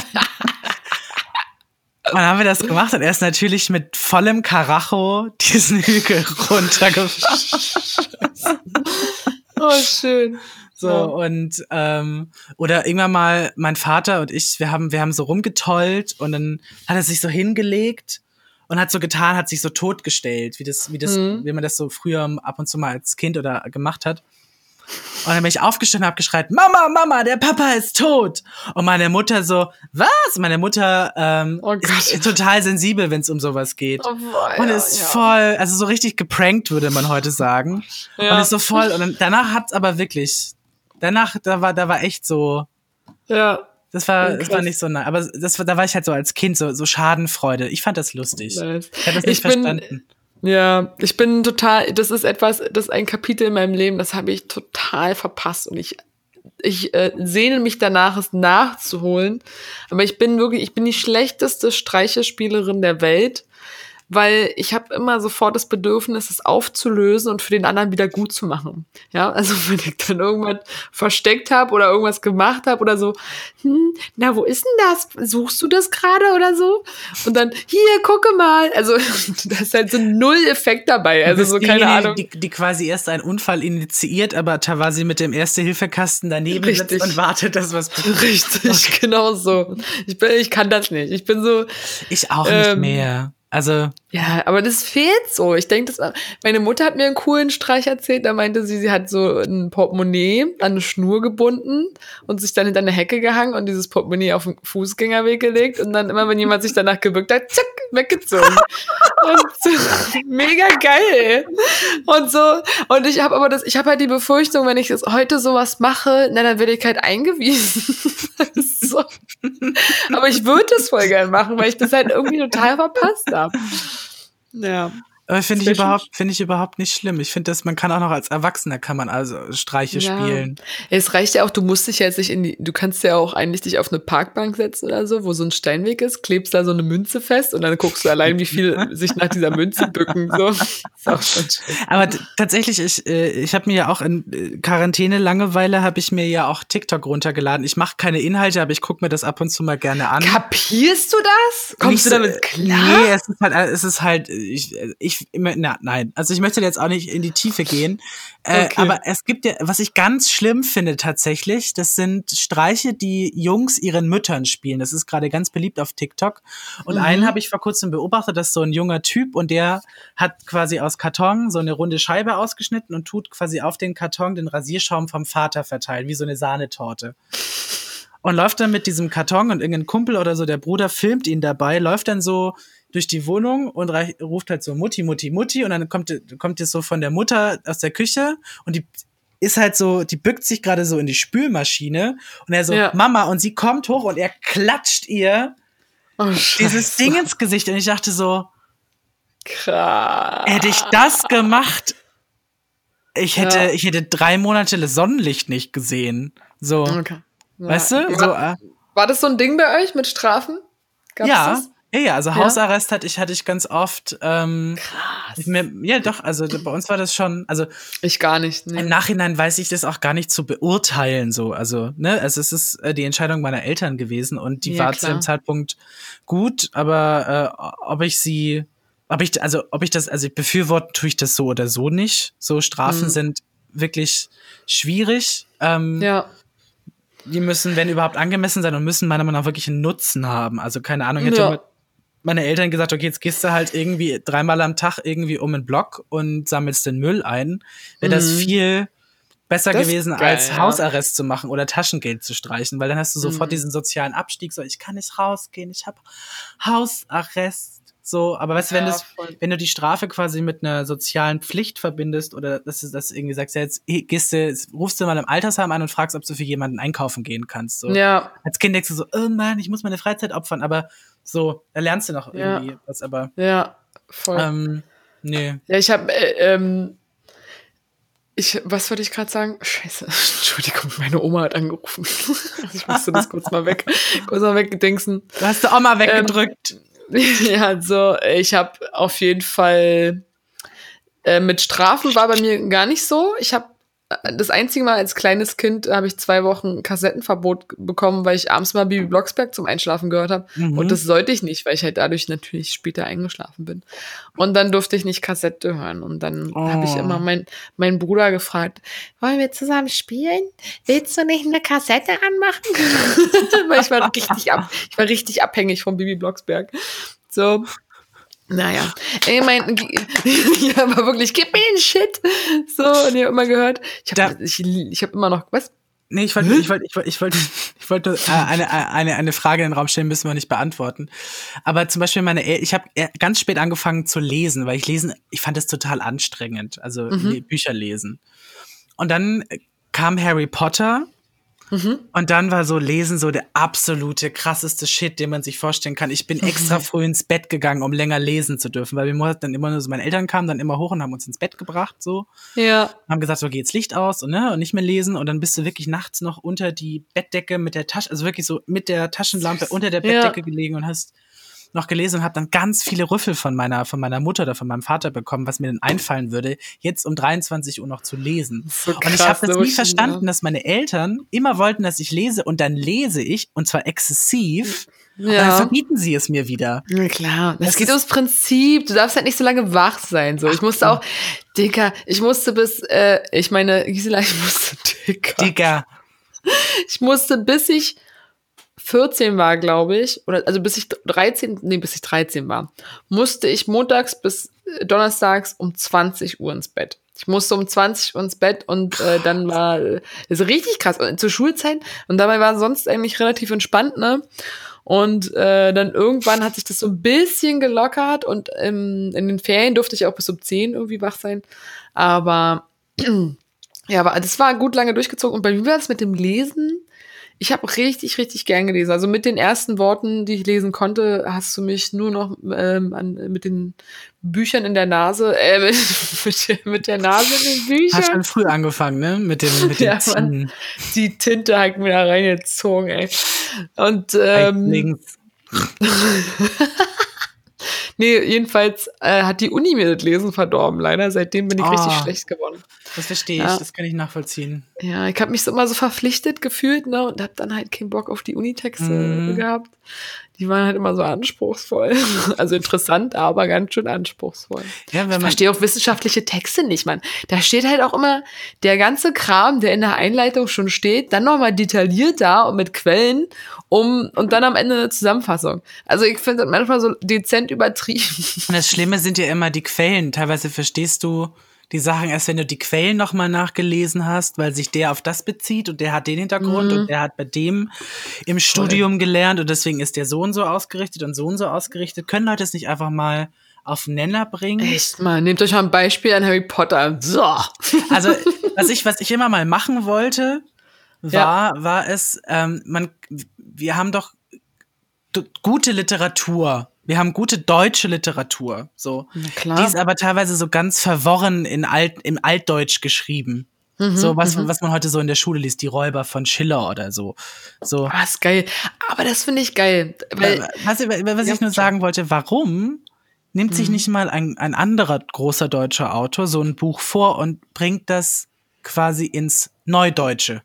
Und dann haben wir das gemacht und er ist natürlich mit vollem Karacho diesen Hügel runtergefahren. Oh, schön. So, Ja. und ähm, oder irgendwann mal mein Vater und ich, wir haben, wir haben so rumgetollt und dann hat er sich so hingelegt und hat so getan, hat sich so totgestellt, wie das, wie das, Mhm. wie man das so früher ab und zu mal als Kind oder gemacht hat. Und dann bin ich aufgestanden und hab geschreit, Mama, Mama, der Papa ist tot. Und meine Mutter so, was? Meine Mutter ähm, Oh ist, Gott. ist total sensibel, wenn es um sowas geht. Oh, boah, Und ja, ist ja. voll, also so richtig geprankt, würde man heute sagen. Ja. Und ist so voll, und dann, danach hat's aber wirklich, danach, da war, da war echt so, Ja. das war, Ja, das war krass. nicht so, nah, aber das war, da war ich halt so als Kind, so, so Schadenfreude. Ich fand das lustig. Nice. Ich hab das nicht Ich bin- verstanden. Ja, ich bin total, das ist etwas, das ist ein Kapitel in meinem Leben, das habe ich total verpasst und ich, ich äh, sehne mich danach, es nachzuholen. Aber ich bin wirklich, ich bin die schlechteste Streichespielerin der Welt, weil ich habe immer sofort das Bedürfnis, es aufzulösen und für den anderen wieder gut zu machen. Ja, also wenn ich dann irgendwas versteckt habe oder irgendwas gemacht habe oder so, hm, na, wo ist denn das? Suchst du das gerade oder so? Und dann, hier, gucke mal. Also da ist halt so null Effekt dabei. Du Also bist so keine diejenige, Ahnung. Die, die quasi erst einen Unfall initiiert, aber quasi mit dem Erste-Hilfe-Kasten daneben Richtig. sitzt und wartet, dass was passiert. Richtig, genau so. Ich, bin, ich kann das nicht. Ich bin so, Ich auch nicht Ähm, mehr. Also, ja, aber das fehlt so. Ich denke, das meine Mutter hat mir einen coolen Streich erzählt. Da meinte sie, sie hat so ein Portemonnaie an eine Schnur gebunden und sich dann hinter eine Hecke gehangen und dieses Portemonnaie auf den Fußgängerweg gelegt und dann immer, wenn jemand sich danach gebückt hat, zack, weggezogen. Und mega geil. Und so. Und ich habe aber das, ich habe halt die Befürchtung, wenn ich das heute sowas mache, na, dann werde ich halt eingewiesen. So. Aber ich würde es voll gern machen, weil ich das halt irgendwie total verpasst habe. Ja. aber finde ich Zwischen- überhaupt, finde ich überhaupt nicht schlimm. Ich finde, dass man kann auch noch als Erwachsener kann man also Streiche Ja. spielen. Es reicht ja auch, du musst dich jetzt nicht in die, du kannst ja auch eigentlich dich auf eine Parkbank setzen oder so, wo so ein Steinweg ist, klebst da so eine Münze fest und dann guckst du allein, wie viel sich nach dieser Münze bücken. So. Ist auch schon schön. Aber t- tatsächlich, ich, äh, ich habe mir ja auch in äh, Quarantäne Langeweile habe ich mir ja auch TikTok runtergeladen. Ich mache keine Inhalte, aber ich gucke mir das ab und zu mal gerne an. Kapierst du das? Kommst Nicht du so- damit klar? Nee, es ist halt, es ist halt, ich, ich, immer- na, nein. Also ich möchte jetzt auch nicht in die Tiefe gehen. Äh, Okay. Aber es gibt ja, was ich ganz schlimm finde tatsächlich, das sind Streiche, die Jungs ihren Müttern spielen. Das ist gerade ganz beliebt auf TikTok. Und Mhm. einen habe ich vor kurzem beobachtet, das ist so ein junger Typ und der hat quasi aus Karton so eine runde Scheibe ausgeschnitten und tut quasi auf den Karton den Rasierschaum vom Vater verteilen, wie so eine Sahnetorte. Und läuft dann mit diesem Karton und irgendein Kumpel oder so, der Bruder filmt ihn dabei, läuft dann so durch die Wohnung und reich, ruft halt so Mutti, Mutti, Mutti und dann kommt, kommt jetzt so von der Mutter aus der Küche und die ist halt so, die bückt sich gerade so in die Spülmaschine und er so, ja. Mama, und sie kommt hoch und er klatscht ihr oh, dieses Ding ins Gesicht und ich dachte so, krass. Hätte ich das gemacht, ich hätte, ja. ich hätte drei Monate das Sonnenlicht nicht gesehen. So, okay. ja. weißt du? So, war, war das so ein Ding bei euch mit Strafen? Gab's ja. das? Ja, ja, also ja. Hausarrest hatte ich, hatte ich ganz oft. Ähm, Krass. Mir, ja, doch, also bei uns war das schon, also ich gar nicht. Nee. Im Nachhinein weiß ich das auch gar nicht zu beurteilen, so, also, ne, also es ist äh, die Entscheidung meiner Eltern gewesen und die ja, war klar. zu dem Zeitpunkt gut, aber äh, ob ich sie, ob ich, also ob ich das, also befürworten tue ich das so oder so nicht. So Strafen mhm. sind wirklich schwierig. Ähm, ja. Die müssen, wenn überhaupt, angemessen sein und müssen meiner Meinung nach wirklich einen Nutzen haben. Also keine Ahnung, hätte ja. meine Eltern gesagt, okay, jetzt gehst du halt irgendwie dreimal am Tag irgendwie um den Block und sammelst den Müll ein. Wäre das mhm. viel besser das gewesen, geil, als ja. Hausarrest zu machen oder Taschengeld zu streichen, weil dann hast du sofort mhm. diesen sozialen Abstieg, so ich kann nicht rausgehen, ich habe Hausarrest. So, aber weißt du, wenn, ja, wenn du die Strafe quasi mit einer sozialen Pflicht verbindest oder dass du das irgendwie sagst, ja, jetzt gehst du, jetzt rufst du mal im Altersheim an und fragst, ob du für jemanden einkaufen gehen kannst. So. Ja. Als Kind denkst du so, oh Mann, ich muss meine Freizeit opfern, aber so, da lernst du noch ja. irgendwie was, aber. Ja, voll. Ähm, nee. Ja, ich hab, äh, ähm, ich, was wollte ich gerade sagen? Scheiße, Entschuldigung, meine Oma hat angerufen. Ich musste das kurz mal weg, kurz mal wegdingsen. Du hast die Oma weggedrückt. Ähm, Ja, also ich habe auf jeden Fall äh, mit Strafen war bei mir gar nicht so. Ich habe das einzige Mal als kleines Kind habe ich zwei Wochen Kassettenverbot bekommen, weil ich abends mal Bibi Blocksberg zum Einschlafen gehört habe. Mhm. Und das sollte ich nicht, weil ich halt dadurch natürlich später eingeschlafen bin. Und dann durfte ich nicht Kassette hören. Und dann oh. habe ich immer mein, meinen Bruder gefragt, wollen wir zusammen spielen? Willst du nicht eine Kassette anmachen? Weil ich war richtig ab, ich war richtig abhängig von Bibi Blocksberg. So. Naja, ich meine, ja, aber wirklich, gib mir den Shit. So, und ihr habt immer gehört. Ich habe ich, ich hab immer noch, was? Nee, ich wollte, ich wollte, ich wollte, ich wollte, ich wollte äh, eine, eine, eine Frage in den Raum stellen, müssen wir nicht beantworten. Aber zum Beispiel meine, El- ich habe ganz spät angefangen zu lesen, weil ich lesen, ich fand das total anstrengend, also mhm. Bücher lesen. Und dann kam Harry Potter. Mhm. Und dann war so Lesen so der absolute krasseste Shit, den man sich vorstellen kann. Ich bin extra früh ins Bett gegangen, um länger lesen zu dürfen, weil wir dann immer nur so, meine Eltern kamen dann immer hoch und haben uns ins Bett gebracht, so. Ja. Haben gesagt, so, geh jetzt Licht aus und, ne, und nicht mehr lesen. Und dann bist du wirklich nachts noch unter die Bettdecke mit der Tasche, also wirklich so mit der Taschenlampe unter der Bettdecke ja. gelegen und hast noch gelesen und habe dann ganz viele Rüffel von meiner von meiner Mutter oder von meinem Vater bekommen, was mir denn einfallen würde, jetzt um dreiundzwanzig Uhr noch zu lesen. So krass, und ich habe das nie verstanden, ja. dass meine Eltern immer wollten, dass ich lese und dann lese ich und zwar exzessiv ja. und dann verbieten sie es mir wieder. Ja klar, das, das geht ums Prinzip. Du darfst halt nicht so lange wach sein. So, ich musste auch, Dicker, ich musste bis, äh, ich meine, Gisela, ich musste, Dicker. Dicker. Ich musste bis ich vierzehn war, glaube ich, oder also bis ich dreizehn, nee, bis ich dreizehn war, musste ich montags bis donnerstags um zwanzig Uhr ins Bett. Ich musste um zwanzig Uhr ins Bett und äh, dann war das ist richtig krass zur Schulzeit und dabei war sonst eigentlich relativ entspannt, ne? Und äh, dann irgendwann hat sich das so ein bisschen gelockert und ähm, in den Ferien durfte ich auch bis um zehn irgendwie wach sein, aber ja, aber das war gut lange durchgezogen und bei mir war das mit dem Lesen. Ich habe richtig, richtig gern gelesen. Also mit den ersten Worten, die ich lesen konnte, hast du mich nur noch ähm, an, mit den Büchern in der Nase, äh, mit, mit, mit der Nase in den Büchern. Hast schon früh angefangen, ne? Mit dem, mit dem ja, Mann, die Tinte hat mir da reingezogen, ey. Und ähm, nee, jedenfalls äh, hat die Uni mir das Lesen verdorben, leider. Seitdem bin ich oh, richtig schlecht geworden. Das verstehe ich, ja. Das kann ich nachvollziehen. Ja, ich habe mich so immer so verpflichtet gefühlt, ne, und habe dann halt keinen Bock auf die Unitexte mm. gehabt. Die waren halt immer so anspruchsvoll. Also interessant, aber ganz schön anspruchsvoll. Ja, wenn man ich verstehe auch wissenschaftliche Texte nicht, Mann. Da steht halt auch immer der ganze Kram, der in der Einleitung schon steht, dann nochmal detailliert da und mit Quellen, um und dann am Ende eine Zusammenfassung. Also ich finde das manchmal so dezent übertrieben. Und das Schlimme sind ja immer die Quellen. Teilweise verstehst du die Sachen erst, wenn du die Quellen nochmal nachgelesen hast, weil sich der auf das bezieht und der hat den Hintergrund Mhm. und der hat bei dem im Studium gelernt und deswegen ist der so und so ausgerichtet und so und so ausgerichtet. Können Leute es nicht einfach mal auf den Nenner bringen? Echt mal, nehmt euch mal ein Beispiel an Harry Potter. So. Also, was ich, was ich immer mal machen wollte, war, war es, ähm, man, wir haben doch d- gute Literatur. Wir haben gute deutsche Literatur, so. Na klar. Die ist aber teilweise so ganz verworren in Alt, im Altdeutsch geschrieben. So was, was man heute so in der Schule liest, die Räuber von Schiller oder so. So. Ah, ist geil. Aber das finde ich geil. Weil, Was, was Ja, ich nur sagen wollte, warum nimmt sich nicht mal ein, ein anderer großer deutscher Autor so ein Buch vor und bringt das quasi ins Neudeutsche?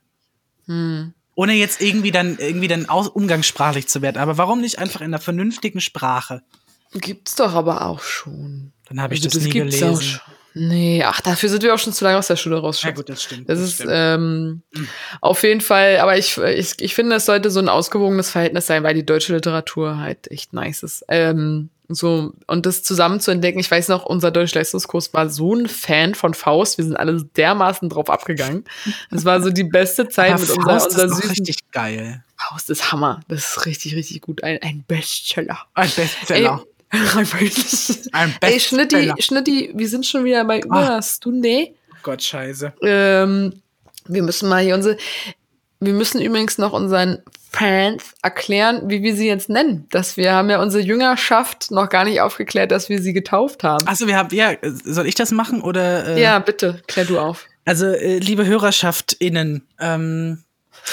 Ohne jetzt irgendwie dann, irgendwie dann aus, umgangssprachlich zu werden. Aber warum nicht einfach in einer vernünftigen Sprache? gibt's doch aber auch schon. Dann habe ich Also, das, nie gibt's gelesen. auch schon. Nee, ach, dafür sind wir auch schon zu lange aus der Schule raus. Ja Schatz. gut, das stimmt. Das das ist stimmt. ähm, auf jeden Fall, aber ich, ich, ich finde, es sollte so ein ausgewogenes Verhältnis sein, weil die deutsche Literatur halt echt nice ist. Ähm, so, und das zusammen zu entdecken, ich weiß noch, unser Deutsch-Leistungskurs war so ein Fan von Faust, wir sind alle dermaßen drauf abgegangen. Es war so die beste Zeit Aber mit Faust unserer, ist unserer doch süßen richtig geil. Faust ist Hammer. Das ist richtig, richtig gut. Ein, ein Bestseller. Ein Bestseller. Ey, wirklich. Ein Ey, Schnitti, Bestseller. Schnitti, wir sind schon wieder bei über einer Stunde. Gott, scheiße. Ähm, wir müssen mal hier unsere. Wir müssen übrigens noch unseren Fans erklären, wie wir sie jetzt nennen. Dass wir haben ja unsere Jüngerschaft noch gar nicht aufgeklärt, dass wir sie getauft haben. Achso, wir haben, ja, soll ich das machen oder? Äh, Ja, bitte, klär du auf. Also, äh, liebe HörerschaftsInnen, ähm,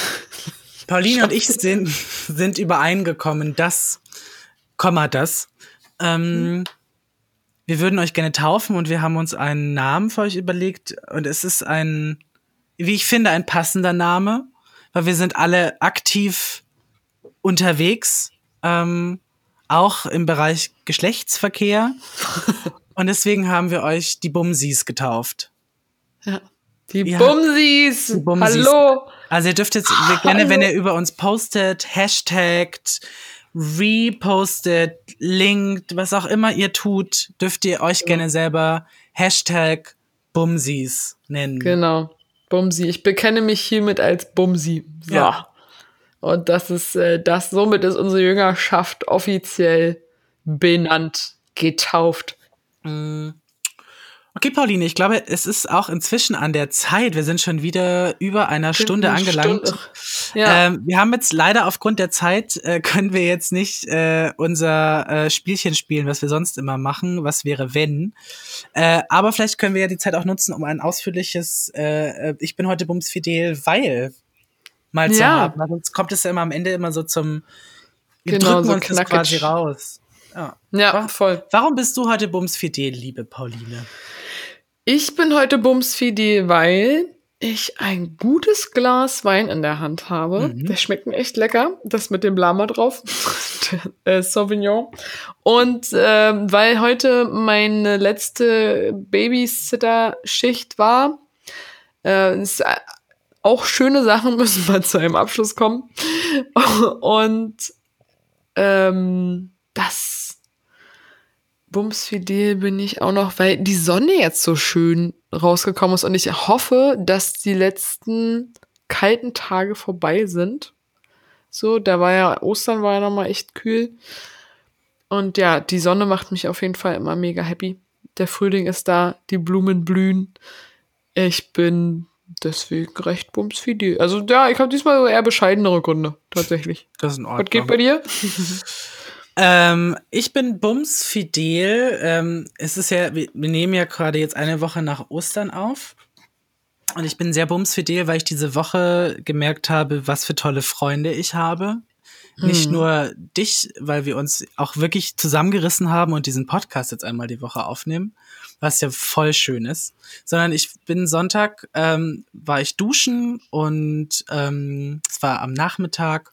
Pauline und ich sind, sind übereingekommen, dass, Komma, das, ähm, wir würden euch gerne taufen und wir haben uns einen Namen für euch überlegt und es ist ein, wie ich finde, ein passender Name, weil wir sind alle aktiv unterwegs, ähm, auch im Bereich Geschlechtsverkehr und deswegen haben wir euch die Bumsis getauft. Ja. Die Ja. Bumsis. Die Bumsis. Hallo. Also ihr dürft jetzt gerne, wenn ihr über uns postet, hashtagt, repostet, linkt, was auch immer ihr tut, dürft ihr euch gerne selber Hashtag Bumsis nennen. Genau. Bumsi. Ich bekenne mich hiermit als Bumsi. So. Ja. Und das ist, äh, das, somit ist unsere Jüngerschaft offiziell benannt, getauft. Okay, Pauline, ich glaube, es ist auch inzwischen an der Zeit. Wir sind schon wieder über einer Stunde Eine angelangt. Stunde. Ja. Ähm, wir haben jetzt leider aufgrund der Zeit, äh, können wir jetzt nicht äh, unser äh, Spielchen spielen, was wir sonst immer machen. Was wäre, wenn? Äh, aber vielleicht können wir ja die Zeit auch nutzen, um ein ausführliches äh, Ich bin heute bumsfidel, weil mal zu Ja. haben. Weil sonst kommt es ja immer am Ende immer so zum wir Genau, drücken so uns das knackig. quasi raus. Ja. Ja, voll. Warum bist du heute bumsfidel, liebe Pauline? Ich bin heute bumsfidel, weil ich ein gutes Glas Wein in der Hand habe. Mhm. Der schmeckt mir echt lecker. Das mit dem Lama drauf. Der, äh, Sauvignon. Und ähm, weil heute meine letzte Babysitter-Schicht war, äh, ist, äh, auch schöne Sachen müssen mal zu einem Abschluss kommen. Und ähm, das bumsfidel bin ich auch noch, weil die Sonne jetzt so schön rausgekommen ist und ich hoffe, dass die letzten kalten Tage vorbei sind. So, da war ja, Ostern war ja nochmal echt kühl. Und ja, die Sonne macht mich auf jeden Fall immer mega happy. Der Frühling ist da, die Blumen blühen. Ich bin deswegen recht bumsfidel. Also ja, ich habe diesmal eher bescheidenere Gründe, tatsächlich. Das ist in Ordnung. Was geht bei dir? Ähm, ich bin bumsfidel. Ähm, es ist ja, wir, wir nehmen ja gerade jetzt eine Woche nach Ostern auf. Und ich bin sehr bumsfidel, weil ich diese Woche gemerkt habe, was für tolle Freunde ich habe. Nicht nur dich, weil wir uns auch wirklich zusammengerissen haben und diesen Podcast jetzt einmal die Woche aufnehmen, was ja voll schön ist, sondern ich bin Sonntag, ähm, war ich duschen und ähm, es war am Nachmittag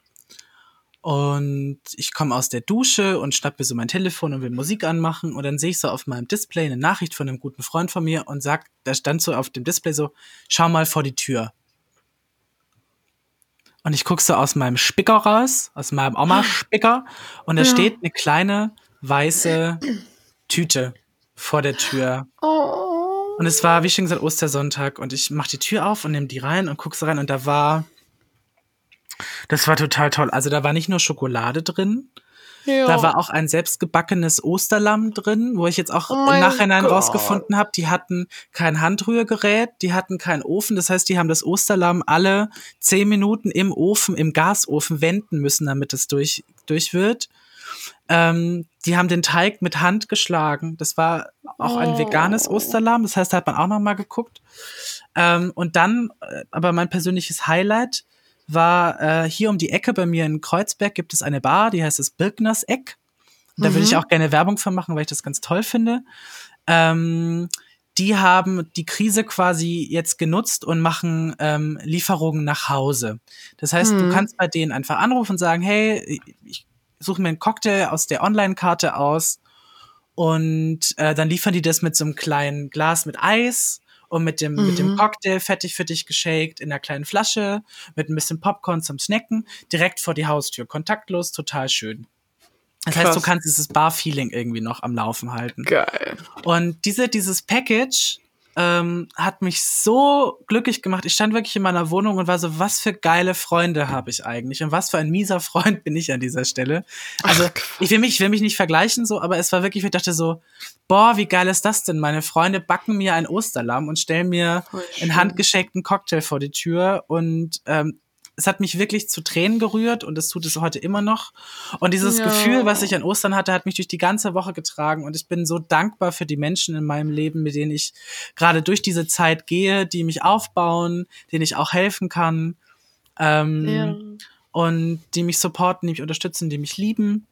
und ich komme aus der Dusche und schnapp mir so mein Telefon und will Musik anmachen und dann sehe ich so auf meinem Display eine Nachricht von einem guten Freund von mir und sagt, da stand so auf dem Display so, schau mal vor die Tür. Und ich guck so aus meinem Spicker raus, aus meinem Oma-Spicker, und da Ja. steht eine kleine weiße Tüte vor der Tür. Oh. Und es war, wie schon gesagt, Ostersonntag. Und ich mach die Tür auf und nehme die rein und guck so rein. Und da war, das war total toll. Also da war nicht nur Schokolade drin, Ja. da war auch ein selbstgebackenes Osterlamm drin, wo ich jetzt auch Oh im mein Nachhinein Gott. rausgefunden habe, die hatten kein Handrührgerät, die hatten keinen Ofen. Das heißt, die haben das Osterlamm alle zehn Minuten im Ofen, im Gasofen wenden müssen, damit es durch, durch wird. Ähm, die haben den Teig mit Hand geschlagen. Das war auch ein Oh. veganes Osterlamm. Das heißt, da hat man auch noch mal geguckt. Ähm, und dann, äh, aber mein persönliches Highlight war, äh, hier um die Ecke bei mir in Kreuzberg gibt es eine Bar, die heißt das Birkners Eck. Und da würde ich auch gerne Werbung für machen, weil ich das ganz toll finde. Ähm, die haben die Krise quasi jetzt genutzt und machen ähm, Lieferungen nach Hause. Das heißt, du kannst bei denen einfach anrufen und sagen, hey, ich suche mir einen Cocktail aus der Online-Karte aus und äh, dann liefern die das mit so einem kleinen Glas mit Eis und mit dem, mit dem Cocktail fertig für dich geshakt in einer kleinen Flasche mit ein bisschen Popcorn zum Snacken direkt vor die Haustür. Kontaktlos, total schön. Das Krass. heißt, du kannst dieses Bar-Feeling irgendwie noch am Laufen halten. Geil. Und diese, dieses Package ähm, hat mich so glücklich gemacht. Ich stand wirklich in meiner Wohnung und war so, was für geile Freunde habe ich eigentlich? Und was für ein mieser Freund bin ich an dieser Stelle? Also, ich will mich, ich will mich nicht vergleichen, so, aber es war wirklich, ich dachte so, boah, wie geil ist das denn? Meine Freunde backen mir ein Osterlamm und stellen mir einen handgeschäkten Cocktail vor die Tür und ähm, es hat mich wirklich zu Tränen gerührt und es tut es heute immer noch. Und dieses Ja. Gefühl, was ich an Ostern hatte, hat mich durch die ganze Woche getragen. Und ich bin so dankbar für die Menschen in meinem Leben, mit denen ich gerade durch diese Zeit gehe, die mich aufbauen, denen ich auch helfen kann. Ähm, Ja. Und die mich supporten, die mich unterstützen, die mich lieben.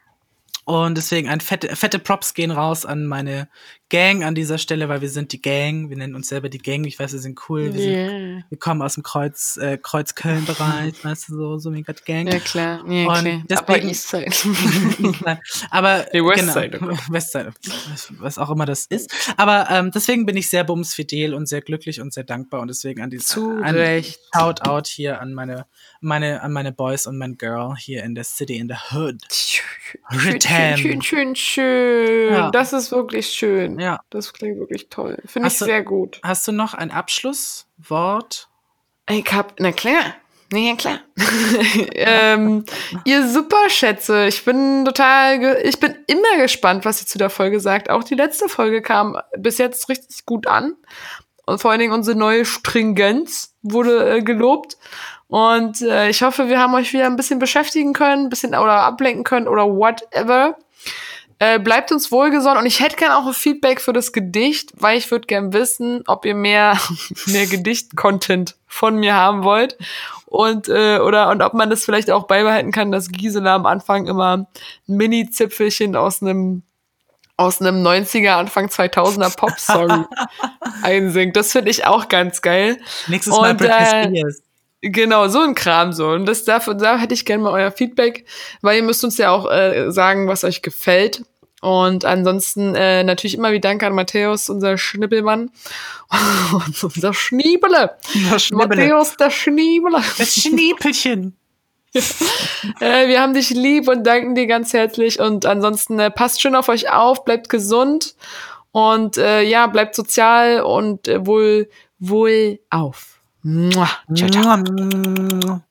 Und deswegen ein fette, fette Props gehen raus an meine Gang an dieser Stelle, weil wir sind die Gang. Wir nennen uns selber die Gang. Ich weiß, wir sind cool. Wir, Yeah. sind, wir kommen aus dem Kreuz, äh, Kreuz-Köln-Bereich, weißt du, so, so mega Gang. Ja, klar. Ja, Und klar. deswegen- Aber Eastside. Nein, aber Nee, Westside, genau, oh Westside, was auch immer das ist. Aber ähm, deswegen bin ich sehr bumsfidel und sehr glücklich und sehr dankbar und deswegen an die Zu ein Recht. Shoutout hier an meine meine an meine Boys und mein Girl hier in der City in the Hood. Schön, Ritam. schön, schön, schön. Ja. Das ist wirklich schön. Ja. Das klingt wirklich toll. Finde ich Hast du- sehr gut. Hast du noch ein Abschlusswort? Ich hab, na klar. Nee, ja klar. ähm, ihr Superschätze, ich bin total, ge ich bin immer gespannt, was ihr zu der Folge sagt. Auch die letzte Folge kam bis jetzt richtig gut an. Und vor allen Dingen unsere neue Stringenz wurde äh, gelobt. Und äh, ich hoffe, wir haben euch wieder ein bisschen beschäftigen können, ein bisschen oder ablenken können oder whatever. Äh, bleibt uns wohlgesonnen und ich hätte gern auch ein Feedback für das Gedicht, weil ich würde gern wissen, ob ihr mehr, mehr Gedicht-Content von mir haben wollt und äh, oder und ob man das vielleicht auch beibehalten kann, dass Gisela am Anfang immer ein Mini-Zipfelchen aus einem aus einem neunziger, Anfang zweitausender Popsong einsingt. Das finde ich auch ganz geil. Nächstes Mal Und, Britney äh, Spears. Genau, so ein Kram so. Und das dafür, da hätte ich gerne mal euer Feedback, weil ihr müsst uns ja auch äh, sagen, was euch gefällt. Und ansonsten äh, natürlich immer wie Danke an Matthäus, unser Schnippelmann. Und unser Schniebele. Das Schnibbele. Matthäus, der Schniebele. Das Schniepelchen. Äh, wir haben dich lieb und danken dir ganz herzlich. Und ansonsten äh, passt schön auf euch auf, bleibt gesund. Und äh, ja, bleibt sozial und äh, wohl, wohl auf. Mua. Ciao, ciao. Mua.